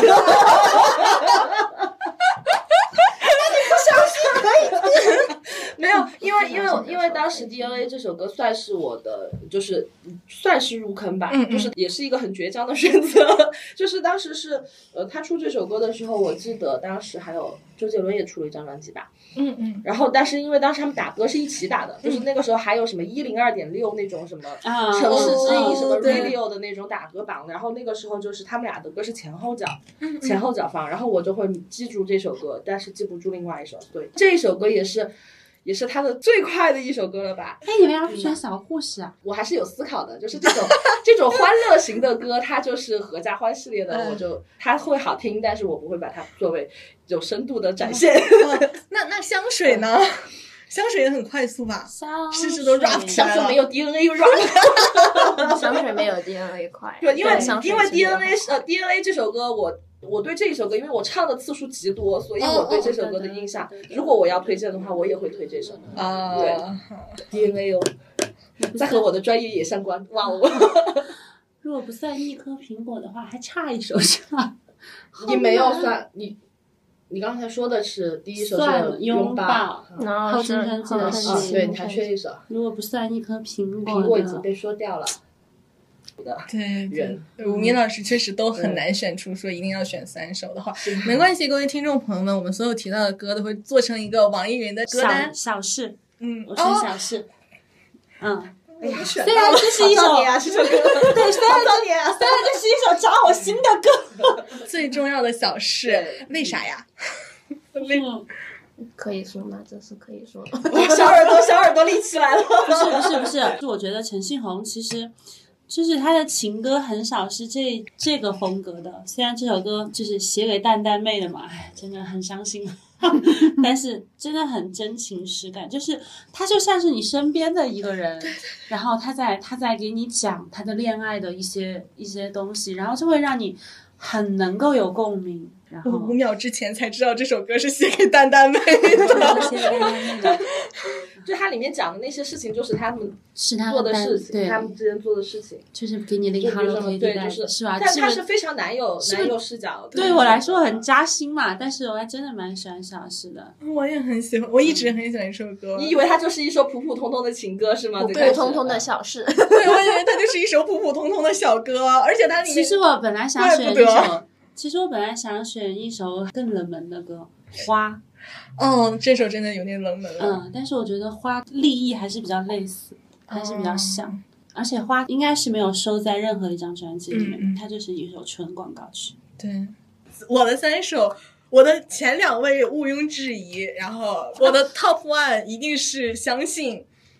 没有，因为当时 DNA 这首歌算是我的，就是算是入坑吧，就是也是一个很倔强的选择。就是当时是他出这首歌的时候，我记得当时还有周杰伦也出了一张专辑吧，然后但是因为当时他们打歌是一起打的，就是那个时候还有什么102.6那种什么城市之音什么 radio 的那种打歌榜，然后那个时候就是他们俩的歌是前后脚放，然后我就会记住这首歌，但是记不住另外一首。对，这一首歌也是他的最快的一首歌了吧？ 哎，你为啥不选小护士啊？ 我还是有思考的，就是这种欢乐型的歌，它就是合家欢系列的，它会好听，但是我不会把它作为有深度的展现。 那香水呢？香水也很快速吧？试试都 rap 起来了。 香水没有 DNA rap， 香水没有 DNA 快。 对，因为 DNA 这首歌我对这一首歌，因为我唱的次数极多，所以我对这首歌的印象，如果我要推荐的话，我也会推这首。对 DNA 哦，再和我的专业也相关。哇哦！ 如果不算一颗苹果的话，还差一首是吧？ 你没有算你刚才说的是第一首是拥抱， 后青春记得是， 对，你还缺一首。 如果不算一颗苹果已经被说掉了。 对，吴敏老师确实都很难选出说一定要选3首的话，没关系，各位听众朋友们，我们所有提到的歌都会做成一个网易云的歌单。 小事，我选小事， 虽然这是一首这首歌，对，虽然这是一首找我心的歌， 最重要的小事，为啥呀？ 可以说吗？这是可以说。 小耳朵立起来了。 不是，就我觉得陈信宏其实就是他的情歌很少是这个风格的，虽然这首歌就是写给蛋蛋妹的嘛，真的很伤心。但是真的很真情实感，就是他就像是你身边的一个人，然后他在给你讲他的恋爱的一些东西，然后就会让你很能够有共鸣。然后 5秒之前才知道这首歌是写给蛋蛋妹的。 就它里面讲的那些事情，就是他们做的事情，他们之间做的事情， 就是给你了一个 Hello Kitty， 是吧？ 但它是非常男友视角， 对我来说很扎心嘛。但是我还真的蛮喜欢小事的， 我也很喜欢，我一直很喜欢这首歌。 你以为它就是一首普普通通的情歌是吗？ 普普通通的小事。 对，我以为它就是一首普普通通的小歌，而且它里面其实我本来想选一首更冷门的歌，花。 这首真的有点冷门了。 但是我觉得花立意还是比较类似，还是比较像，而且花应该是没有收在任何一张专辑里面，它就是一首纯广告曲。 对，我的3首，我的前2位毋庸置疑，然后我的 top one 一定是相信，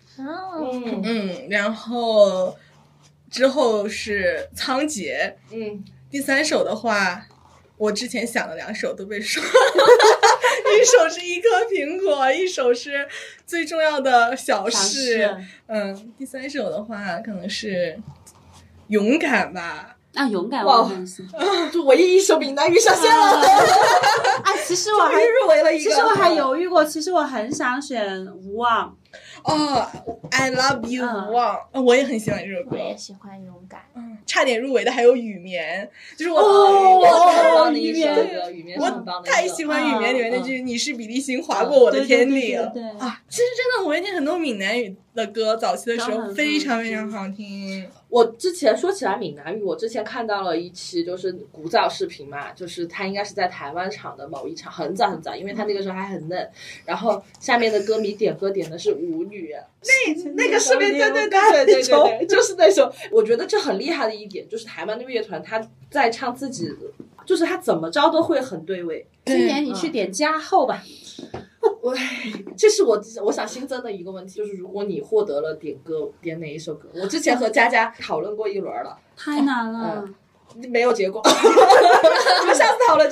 然后之后是仓颉，第3首的话，我之前想的2首都被说了。一首是一颗苹果，一首是最重要的小事。第3首的话可能是勇敢吧。 勇敢我很喜欢，就唯一一首闽南语上线了。 其实我还入围了一个， 其实我还犹豫过，其实我很想选无望。 I love you， 无望，我也很喜欢这首歌。 我也喜欢勇敢。 差点入围的还有雨眠，就是我雨眠是很棒的， 我太喜欢雨眠里面那句你是比利星划过我的天顶。其实真的五月天很多闽南语的歌早期的时候非常非常好听。 我之前说起来闽南语，我之前看到了一期就是古早视频嘛，就是他应该是在台湾场的某一场，很早很早，因为他那个时候还很嫩，然后下面的歌迷点歌点的是舞女，那个视频，对，就是那首。我觉得这很厉害的一点就是台湾的乐团他在唱自己，就是他怎么着都会很对位。 今年你去点加厚吧。 这是我想新增的一个问题，就是如果你获得了点歌，点哪一首歌？我之前和佳佳讨论过一轮了， 太难了， 没有结果。我们下次讨论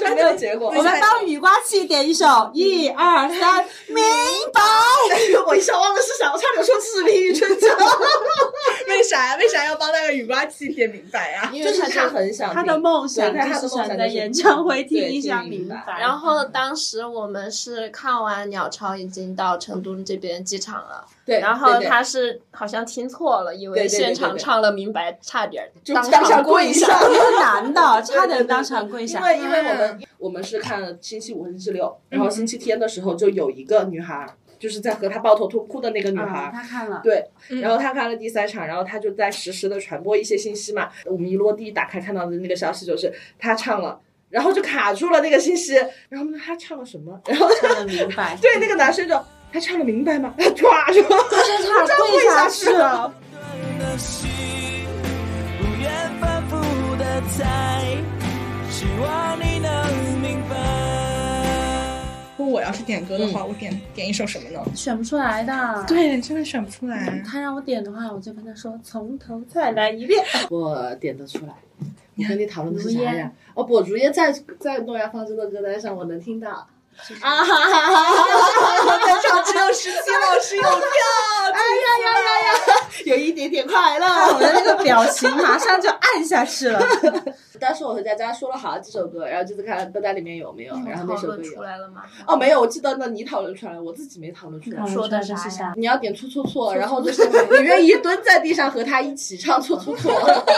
结果。 我们帮雨刮器点一首1、2、3，明白。 我一下忘了是啥，我差点说赤壁与春秋。 为啥要帮那个雨刮器点明白啊？ 因为他很想听他的梦想就是想在演唱会听一下明白。 然后当时我们是看完鸟巢已经到成都这边机场了， 对， 然后他是好像听错了，以为现场唱了明白，差点当场跪下。 男的差点当场跪下。 因为我们是看星期五和星期六，然后星期天的时候就有一个女孩。就是在和他抱头痛哭的那个女孩， 他看了， 对，然后他看了第3场，然后他就在实时的传播一些信息嘛。我们一落地打开看到的那个消息就是他唱了，然后就卡住了那个信息，然后他唱了什么？然后唱了明白， 对，那个男生就他唱了明白吗？他唰就就是他跪下去了。 不愿反复的猜，希望你能明白。 如果我要是点歌的话，我点一首什么呢？ 选不出来的。 对，真的选不出来。 他让我点的话，我就跟他说从头再来一遍。 我点得出来。我跟你讨论的是啥呀？哦不，如烟在诺亚方舟的歌单上我能听到。啊哈哈哈哈！ 在场只有17老师有票， 哎呀，有一点点快乐。 我的那个表情马上就按下去了。 当时我和佳佳说了好几首歌，然后就是看歌单里面有没有，然后那首歌有。 出来了吗？ 哦，没有，我记得那你讨论出来了，我自己没讨论出来。 说的是啥？ 你要点错错错，然后就是你愿意蹲在地上和他一起唱错错错。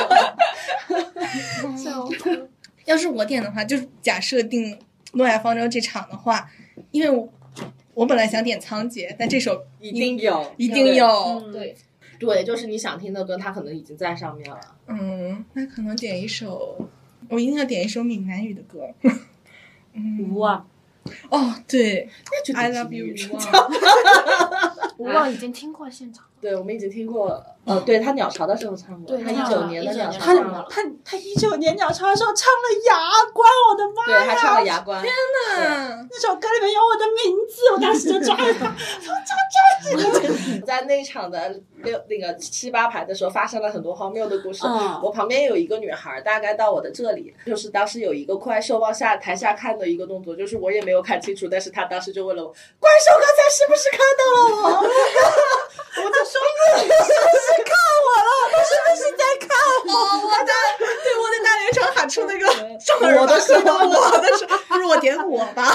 要是我点的话，就是假设定诺亚方舟这场的话，因为我本来想点仓颉，但这首一定有， 对， 就是你想听的歌，它可能已经在上面了。 那可能点一首，我一定要点一首闽南语的歌。 无望。 哦，对， 那就 I love you 无望。 无望已经听过现场。 对，我们已经听过。对他鸟巢的时候唱过，他19年的鸟巢唱了。 他19年鸟巢的时候唱了《牙关》，我的妈呀！ 对，他唱了《牙关》。 天哪！ 那首歌里面有我的名字，我当时就抓了他， 在那场的那个7、8排的时候，发生了很多荒谬的故事。我旁边有一个女孩，大概到我的这里，就是当时有一个怪兽往台下看的一个动作，就是我也没有看清楚，但是她当时就问了我：“怪兽刚才是不是看到了我？”我就说：“是不是看我了？他是不是在看我？” 我在大连场喊出那个少儿的时候，不如我点我吧。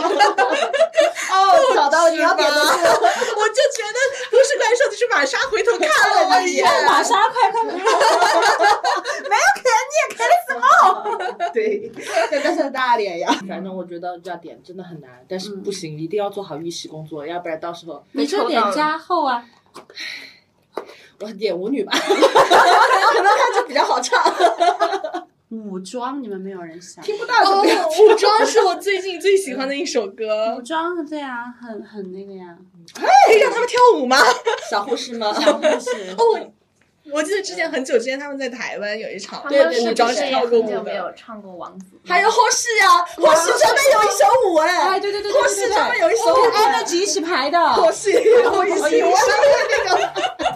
找到你要点的是， 我就觉得不是怪兽就是玛莎，回头看了我一眼。 玛莎，快！没有给你也给了什么？ 对，但是大脸呀。反正我觉得要点真的很难，但是不行，一定要做好预习工作，要不然到时候你就点加后啊。 我点舞女吧，可能它就比较好唱。 武装你们没有人想听不到就不要武装是我最近最喜欢的一首歌。 武装对啊，很那个呀。 可以让他们跳舞吗？ 小护士吗？ 小护士。 我记得之前很久之前他们在台湾有一场， 对， 武装是跳过舞的。 没有唱过王子。 还有后世呀，后世上面有一首舞哎，对， 后世上面有一首舞， 跟 Energy 一起排的。 后世，我一起，我是那个。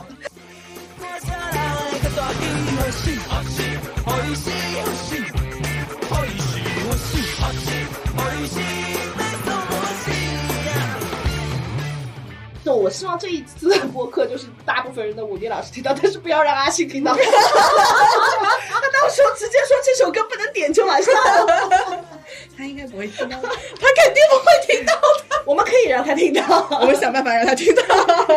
我希望这一次的播客就是大部分人的武力老师听到，但是不要让阿信听到。他到时候直接说这首歌不能点就完事了。 他应该不会听到的，他肯定不会听到的。 我们可以让他听到， 我们想办法让他听到。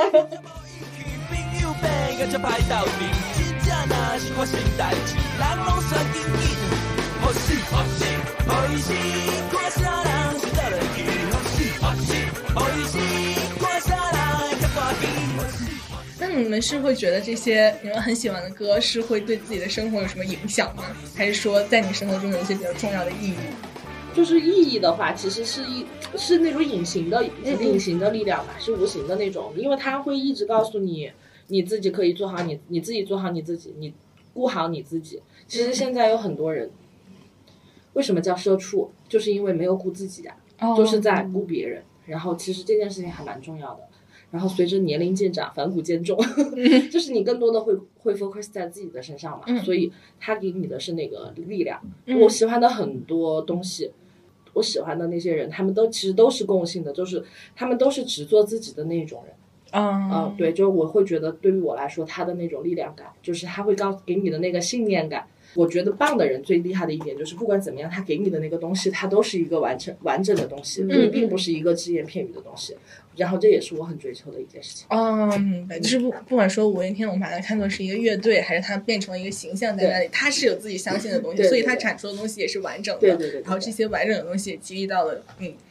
那你们是会觉得这些你们很喜欢的歌是会对自己的生活有什么影响吗？还是说在你生活中有一些比较重要的意义？ 就是意义的话，其实是那种隐形的力量吧，是无形的那种，因为它会一直告诉你，你自己可以做好你自己做好你自己，你顾好你自己。其实现在有很多人，为什么叫社畜，就是因为没有顾自己啊，就是在顾别人。然后其实这件事情还蛮重要的。然后随着年龄渐长，反骨渐重，就是你更多的会 focus 在自己的身上嘛，所以他给你的是那个力量。我喜欢的很多东西， 我喜欢的那些人，他们其实都是共性的，就是他们都是只做自己的那种人。对，就是我会觉得对于我来说，他的那种力量感，就是他会给你的那个信念感。我觉得棒的人最厉害的一点就是不管怎么样，他给你的那个东西，它都是一个完整的东西，并不是一个只言片语的东西。然后这也是我很追求的一件事情。 明白，就是不管说五月天我们把它看作是一个乐队，还是它变成了一个形象在那里，它是有自己相信的东西，所以它产出的东西也是完整的。 对。 然后这些完整的东西也激励到了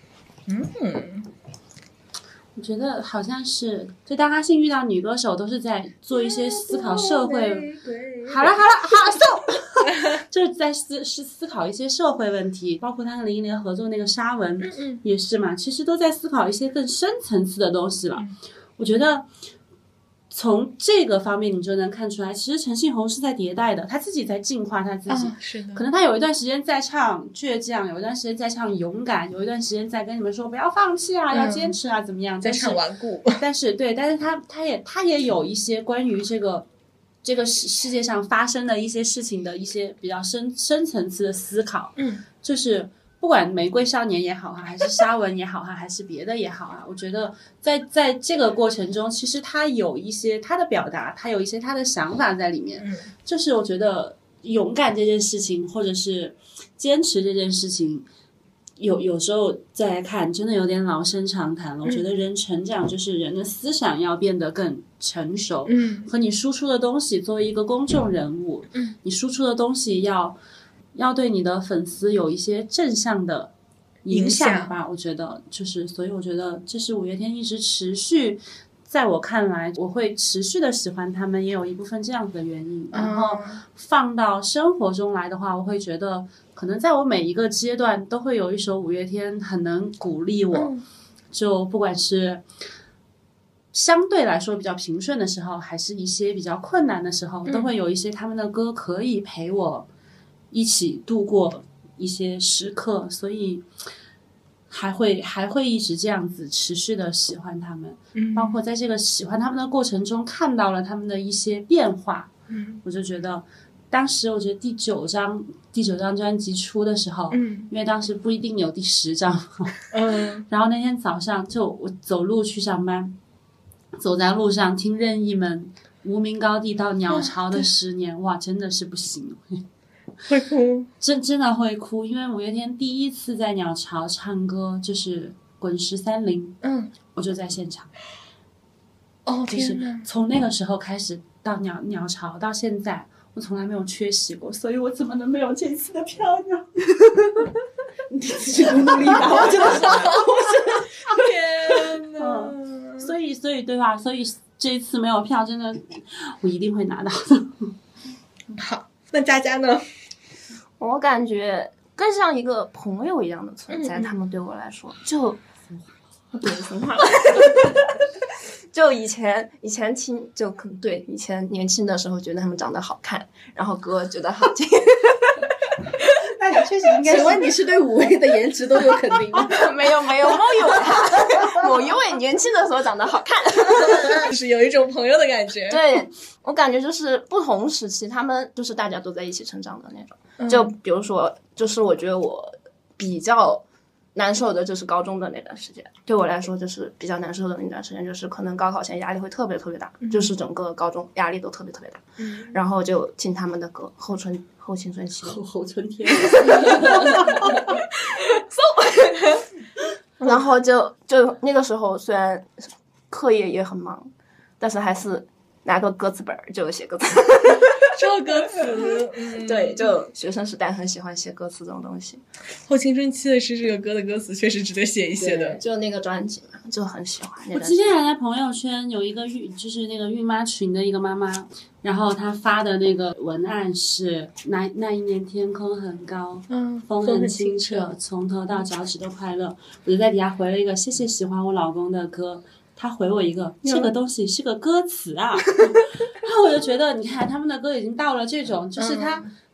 我觉得好像是，就当阿信遇到女歌手，都是在做一些思考社会。好了，就是在思考一些社会问题，包括他跟林忆莲合作那个沙文，也是嘛，其实都在思考一些更深层次的东西了。我觉得从这个方面你就能看出来，其实陈信宏是在迭代的，他自己在进化他自己。 是的， 可能他有一段时间在唱倔强，有一段时间在唱勇敢，有一段时间在跟你们说不要放弃啊，要坚持啊，怎么样？ 在唱顽固。 但是他也有一些关于这个世界上发生的一些事情的一些比较深层次的思考。就是不管玫瑰少年也好还是沙文也好还是别的也好啊，我觉得在这个过程中，其实他有一些他的表达，他有一些他的想法在里面。就是我觉得勇敢这件事情，或者是坚持这件事情，有时候再来看，真的有点老生常谈了。我觉得人成长就是人的思想要变得更成熟，和你输出的东西，作为一个公众人物，你输出的东西要对你的粉丝有一些正向的影响吧。我觉得所以我觉得这是五月天一直持续，在我看来我会持续的喜欢他们，也有一部分这样子的原因。然后放到生活中来的话，我会觉得可能在我每一个阶段都会有一首五月天很能鼓励我，就不管是相对来说比较平顺的时候，还是一些比较困难的时候，都会有一些他们的歌可以陪我一起度过一些时刻，所以还会一直这样子持续的喜欢他们。包括在这个喜欢他们的过程中看到了他们的一些变化。我就觉得当时我觉得第九张专辑出的时候，因为当时不一定有第10张，然后那天早上就我走路去上班，走在路上听任意门无名高地到鸟巢的10年，哇，真的是不行， 会哭， 真的会哭。因为五月天第一次在鸟巢唱歌就是滚石30，我就在现场。就是从那个时候开始到鸟巢到现在，我从来没有缺席过，所以我怎么能没有这次的票呢？ 你自己努力吧，我真的是， 天哪！ 所以对吧？所以这一次没有票，真的我一定会拿到的。 好，那佳佳呢？ 我感觉更像一个朋友一样的存在，他们对我来说就分化了。就以前听就可能对以前年轻的时候觉得他们长得好看，然后歌觉得好听。 那你确实应该。请问你是对五位的颜值都有肯定吗？ 没有，我有他，我因为年轻的时候长得好看， 就是有一种朋友的感觉。 对，我感觉就是不同时期，他们就是大家都在一起成长的那种。就比如说，就是我觉得我比较难受的就是高中的那段时间，对我来说就是比较难受的那段时间，就是可能高考前压力会特别大，就是整个高中压力都特别大。然后就听他们的歌，后青春期， 后春天。 然后就那个时候虽然课业也很忙，但是还是拿个歌词本就写歌词。 这歌词， 对，就学生时代很喜欢写歌词这种东西。 后青春期的是这个歌的歌词确实值得写一写的， 就那个专辑嘛，就很喜欢。 我之前还在朋友圈有一个就是那个孕妈群的一个妈妈，然后她发的那个文案是那一年天空很高，风很清澈，从头到脚趾都快乐。我就在底下回了一个谢谢喜欢我老公的歌。他回我一个这个东西是个歌词啊。然后我就觉得你看他们的歌已经到了这种就是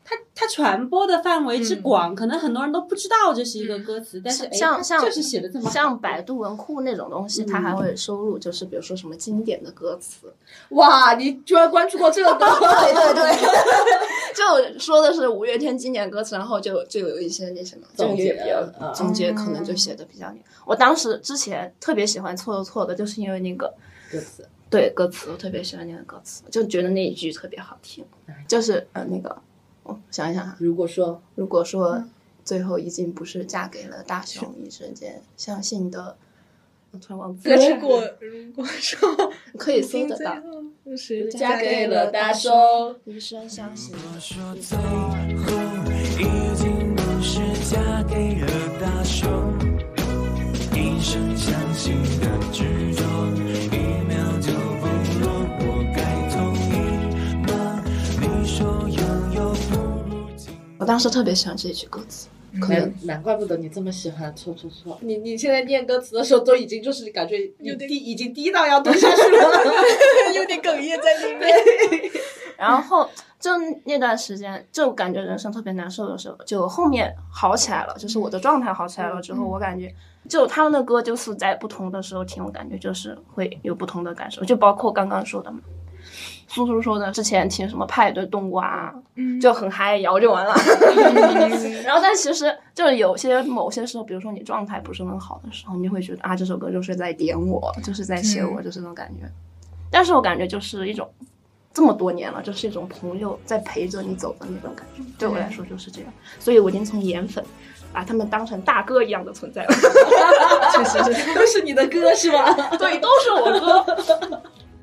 它传播的范围之广，可能很多人都不知道这是一个歌词，但是像就是写的这么好， 像百度文库那种东西，它还会收录，就是比如说什么经典的歌词。 哇，你居然关注过这个歌？ 对，就说的是五月天经典歌词，然后就有一些那什么总结总结，可能就写的比较那。我当时之前特别喜欢错的错的，就是因为那个歌词。 对歌词，我特别喜欢那个歌词，就觉得那一句特别好听，就是那个。想一想哈， 如果说最后已经不是嫁给了大雄，一瞬间相信的，我突然忘记了。如果说可以搜得到， 是嫁给了大雄， 一生相信。 如果说最后已经不是嫁给了大雄，一生相信的执着，一秒就崩落，我该同意吗？你说我当时特别喜欢这一句歌词， 难怪不得你这么喜欢错。你现在念歌词的时候，都已经就是感觉已经低到要蹲下去了， 有点哽咽在里面。 然后就那段时间，就感觉人生特别难受的时候，就后面好起来了，就是我的状态好起来了之后，我感觉就他们的歌就是在不同的时候听，我感觉就是会有不同的感受，就包括刚刚说的嘛。苏苏说的之前听什么派对冬瓜，就很嗨，摇就完了。然后但其实就某些时候，比如说你状态不是很好的时候，你会觉得啊这首歌就是在点我，就是在写我，就是那种感觉。但是我感觉就是一种这么多年了，就是一种朋友在陪着你走的那种感觉，对我来说就是这样。所以我已经从颜粉把他们当成大哥一样的存在了。 确实是都是你的歌是吧？ 对，都是我歌。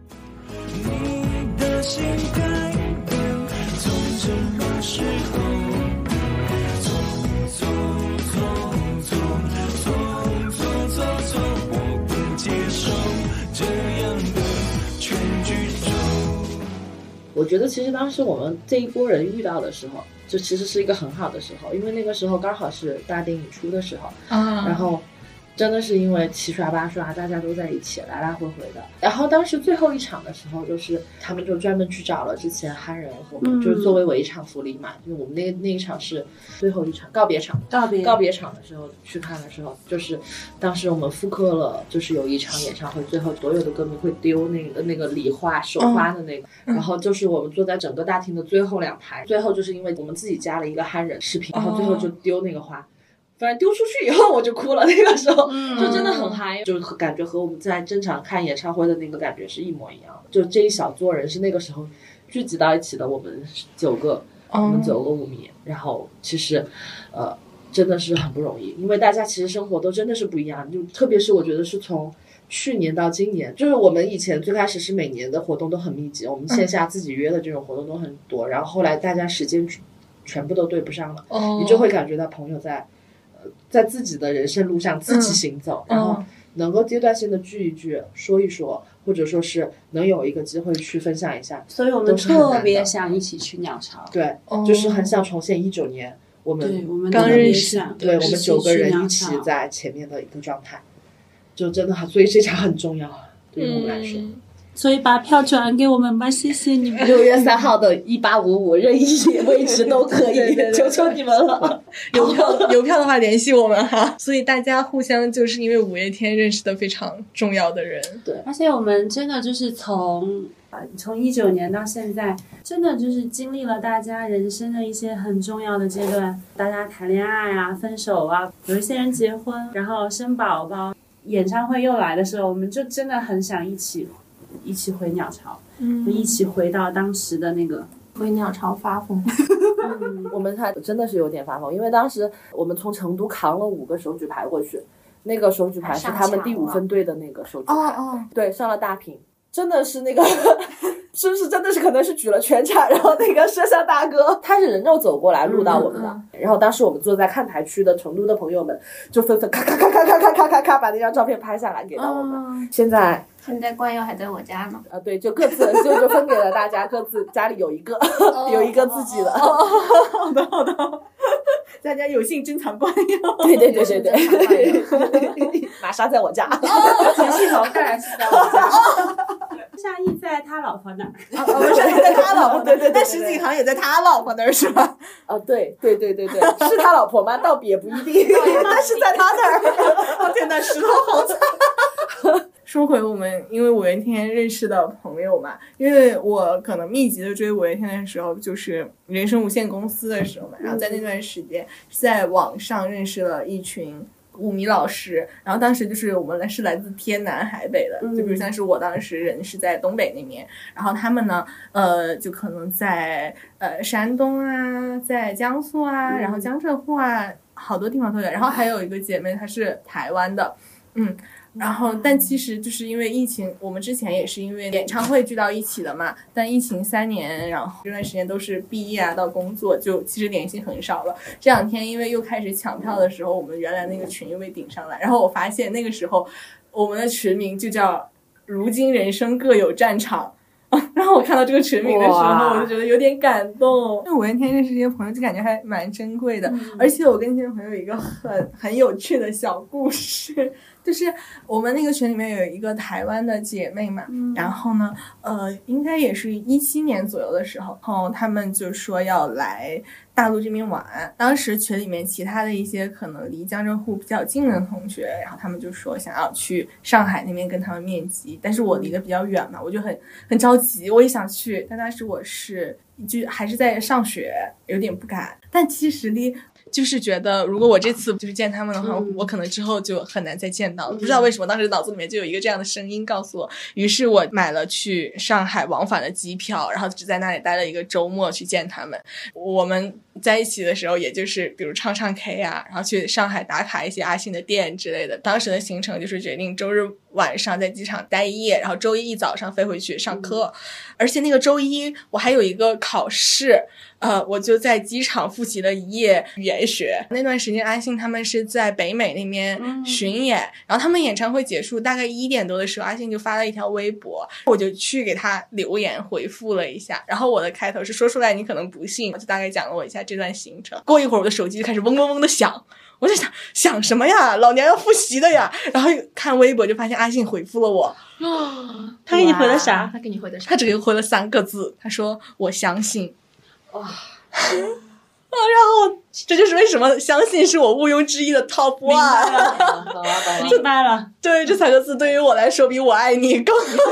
心改变，从什么时候？从，我不接受这样的全剧终。 我觉得其实当时我们这一波人遇到的时候，就其实是一个很好的时候，因为那个时候刚好是大电影出的时候，然后。真的是因为七刷八刷大家都在一起来来回回的，然后当时最后一场的时候，就是他们就专门去找了之前憨人和我们，就是作为尾场福利嘛，就我们那一场是最后一场告别场，告别场的时候去看的时候，就是当时我们复刻了，就是有一场演唱会，最后所有的歌迷会丢那个礼花手花的那个，然后就是我们坐在整个大厅的最后2排，最后就是因为我们自己加了一个憨人视频，然后最后就丢那个花。反正丢出去以后我就哭了，那个时候就真的很嗨，就感觉和我们在正常看演唱会的那个感觉是一模一样的。就这一小撮人是那个时候聚集到一起的，我们9个舞迷，然后其实真的是很不容易，因为大家其实生活都真的是不一样，就特别是我觉得是从去年到今年，就是我们以前最开始是每年的活动都很密集，我们线下自己约的这种活动都很多，然后后来大家时间全部都对不上了，你就会感觉到朋友在自己的人生路上自己行走，然后能够阶段性的聚一聚，说一说，或者说是能有一个机会去分享一下， 所以我们特别想一起去鸟巢。 对，就是很想重现19年我们刚认识， 对，我们9个人一起在前面的一个状态，就真的很，所以这场很重要，对于我们来说。 所以把票转给我们吧，谢谢你们。 6月3号的1855任意位置都可以，求求你们了。 有票的话联系我们哈。所以大家互相就是因为五月天认识的非常重要的人。 对， 而且我们真的就是从19年到现在，真的就是经历了大家人生的一些很重要的阶段，大家谈恋爱啊、分手啊，有一些人结婚，然后生宝宝，演唱会又来的时候，我们就真的很想一起回鸟巢，一起回到当时的那个回鸟巢发疯。 我们还真的是有点发疯，因为当时我们从成都扛了5个手举牌过去，那个手举牌是他们第5分队的那个手举牌，对，上了大屏，真的是那个是不是真的是可能是举了全场，然后那个摄像大哥他是人肉走过来录到我们的，然后当时我们坐在看台区的成都的朋友们就纷纷咔咔咔咔咔咔咔咔咔把那张照片拍下来给到我们。现在冠佑还在我家呢。 对，就各自就分给了大家，各自家里有一个有一个自己的。 好的，大家有幸珍藏冠佑。 对，玛莎在我家， 前戏头当然是在我家。 夏意在他老婆那儿。 不是在他老婆那儿，对，但石景行也在他老婆那儿是吧？ 对，是他老婆吗？倒也不一定，但是在他那儿。 天哪，石头好惨。说回我们因为五月天认识的朋友嘛，因为我可能密集的追五月天的时候就是人生无限公司的时候嘛，然后在那段时间在网上认识了一群舞迷老师，然后当时就是我们是来自天南海北的，就比如像是我当时人是在东北那边，然后他们呢就可能在山东啊，在江苏啊，然后江浙沪啊，好多地方都有，然后还有一个姐妹她是台湾的，然后但其实就是因为疫情，我们之前也是因为演唱会聚到一起的嘛，但疫情3年，然后这段时间都是毕业啊到工作，就其实联系很少了。这2天因为又开始抢票的时候，我们原来那个群又被顶上来，然后我发现那个时候我们的群名就叫如今人生各有战场。然后我看到这个群名的时候，我就觉得有点感动。因为五月天认识这些朋友，就感觉还蛮珍贵的。而且我跟这些朋友有一个很有趣的小故事，就是我们那个群里面有一个台湾的姐妹嘛，然后呢，应该也是17年左右的时候，然后他们就说要来大陆这边玩。当时群里面其他的一些可能离江浙沪比较近的同学，然后他们就说想要去上海那边跟他们面基，但是我离得比较远嘛，我就很着急，我也想去，但当时我就还是在上学，有点不敢。但其实呢，就是觉得如果我这次就是见他们的话，我可能之后就很难再见到了。不知道为什么当时脑子里面就有一个这样的声音告诉我，于是我买了去上海往返的机票，然后只在那里待了一个周末去见他们。我们在一起的时候也就是比如唱 K 啊，然后去上海打卡一些阿信的店之类的。当时的行程就是决定周日晚上在机场待一夜，然后周一早上飞回去上课。而且那个周一我还有一个考试，我就在机场复习了一夜语言学。那段时间阿信他们是在北美那边巡演，然后他们演唱会结束大概1点多的时候，阿信就发了一条微博，我就去给他留言回复了一下，然后我的开头是说出来你可能不信，我就大概讲了我一下这段行程。过一会儿我的手机就开始嗡嗡嗡的响，我就想什么呀，老娘要复习的呀。然后看微博就发现阿信回复了我， 他给你回了啥？ 他给你回的啥？ 他只给我回了3个字，他说我相信。然后这就是为什么相信是我毋庸置疑的 top one。 明白了， 对，这3个字对于我来说比我爱你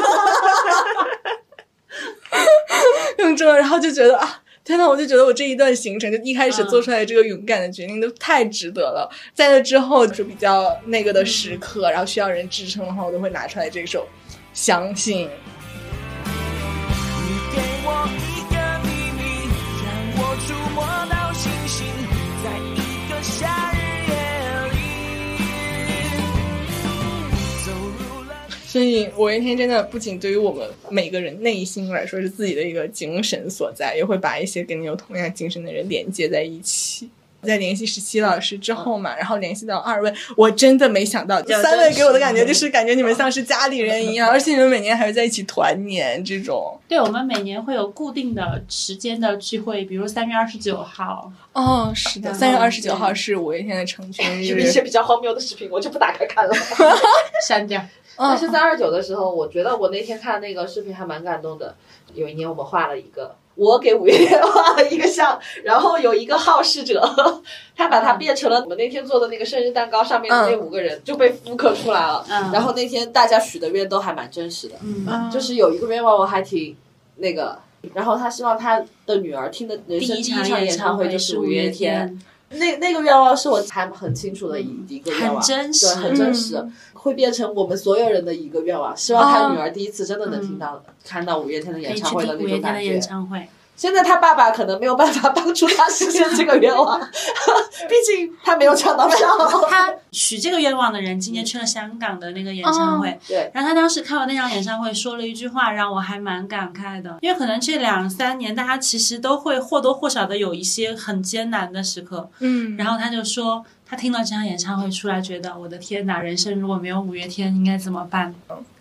更重要。然后就觉得天呐，我就觉得我这一段行程就一开始做出来的这个勇敢的决定都太值得了。在那之后就是比较那个的时刻，然后需要人支撑的话，我都会拿出来这首相信。 你给我一个秘密，让我触摸到星星，在一个夏日夜里走入了。 所以五月天真的不仅对于我们每个人内心来说是自己的一个精神所在，也会把一些跟你有同样精神的人连接在一起。在联系17老师之后嘛，然后联系到2位，我真的没想到3位给我的感觉就是感觉你们像是家里人一样，而且你们每年还会在一起团年这种。 对，我们每年会有固定的时间的聚会，比如3月29号。 哦，是的，3月29号是五月天的成群日。 有一些比较荒谬的视频，我就不打开看了， 删掉。 但是3、29的时候，我觉得我那天看那个视频还蛮感动的。有一年我们画了一个，我给五月天画了一个像，然后有一个好事者，他把它变成了我们那天做的那个生日蛋糕上面的那5个人，就被复刻出来了。然后那天大家许的愿都还蛮真实的，就是有一个愿望我还挺那个，然后他希望他的女儿听的人生第一场演唱会就是五月天。那个愿望是我还很清楚的一个愿望， 很真实， 对，很真实，会变成我们所有人的一个愿望。希望他女儿第一次真的能听到、看到五月天的演唱会的那种感觉。现在他爸爸可能没有办法帮助他实现这个愿望，毕竟他没有抢到票。 他许这个愿望的人今年去了香港的那个演唱会， 对。 然后他当时看完那场演唱会说了一句话，让我还蛮感慨的，因为可能这2、3年大家其实都会或多或少的有一些很艰难的时刻，然后他就说他听到这场演唱会出来，觉得我的天哪，人生如果没有五月天应该怎么办？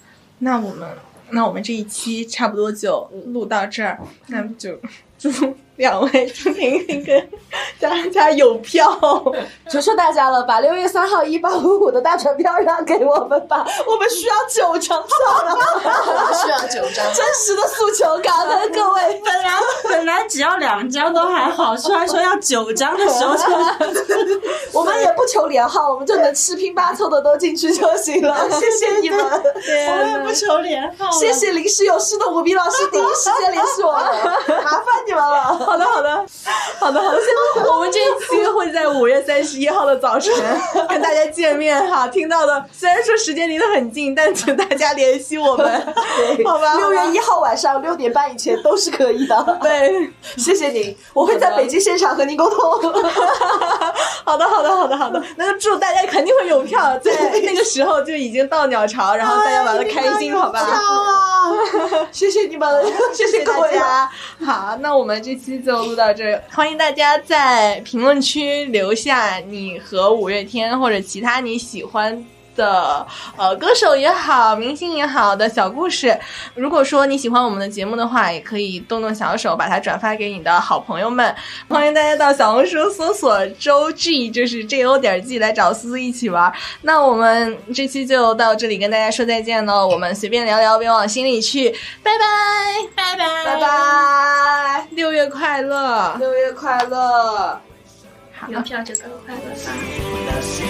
那我们这一期差不多就录到这儿，那就祝两位朱婷婷跟大家有票， 求求大家了，把6月3号1855的大船票让给我们吧，我们需要9张票了， 需要9张， 真实的诉求，感恩各位。 本来只要2张都还好，突然说要9张的时候就我们也不求连号，我们就能七拼八凑的都进去就行了。谢谢你们， 我们也不求连号。 谢谢临时有事的武斌老师第一时间联系我，麻烦你们了。 好的，我们这一期会在5月31号的早晨跟大家见面哈。听到的虽然说时间离得很近，但请大家联系我们，好吧 ？6月1号晚上6点半以前都是可以的。 对， 谢谢您，我会在北京现场和您沟通。 好的，那就祝大家肯定会有票，在那个时候就已经到鸟巢，然后大家玩得开心，好吧？ 谢谢你们，谢谢大家。好，那我们这期就录到这儿，欢迎大家在评论区留下你和5月天或者其他你喜欢的歌手也好，明星也好的小故事。如果说你喜欢我们的节目的话，也可以动动小手把它转发给你的好朋友们。欢迎大家到小红书搜索周 G， 就是 JO.G 来找苏苏一起玩。那我们这期就到这里跟大家说再见了，我们随便聊聊，别往心里去，拜拜拜拜拜拜 ，6月快乐 ，6月快乐， 有票就更快乐吧。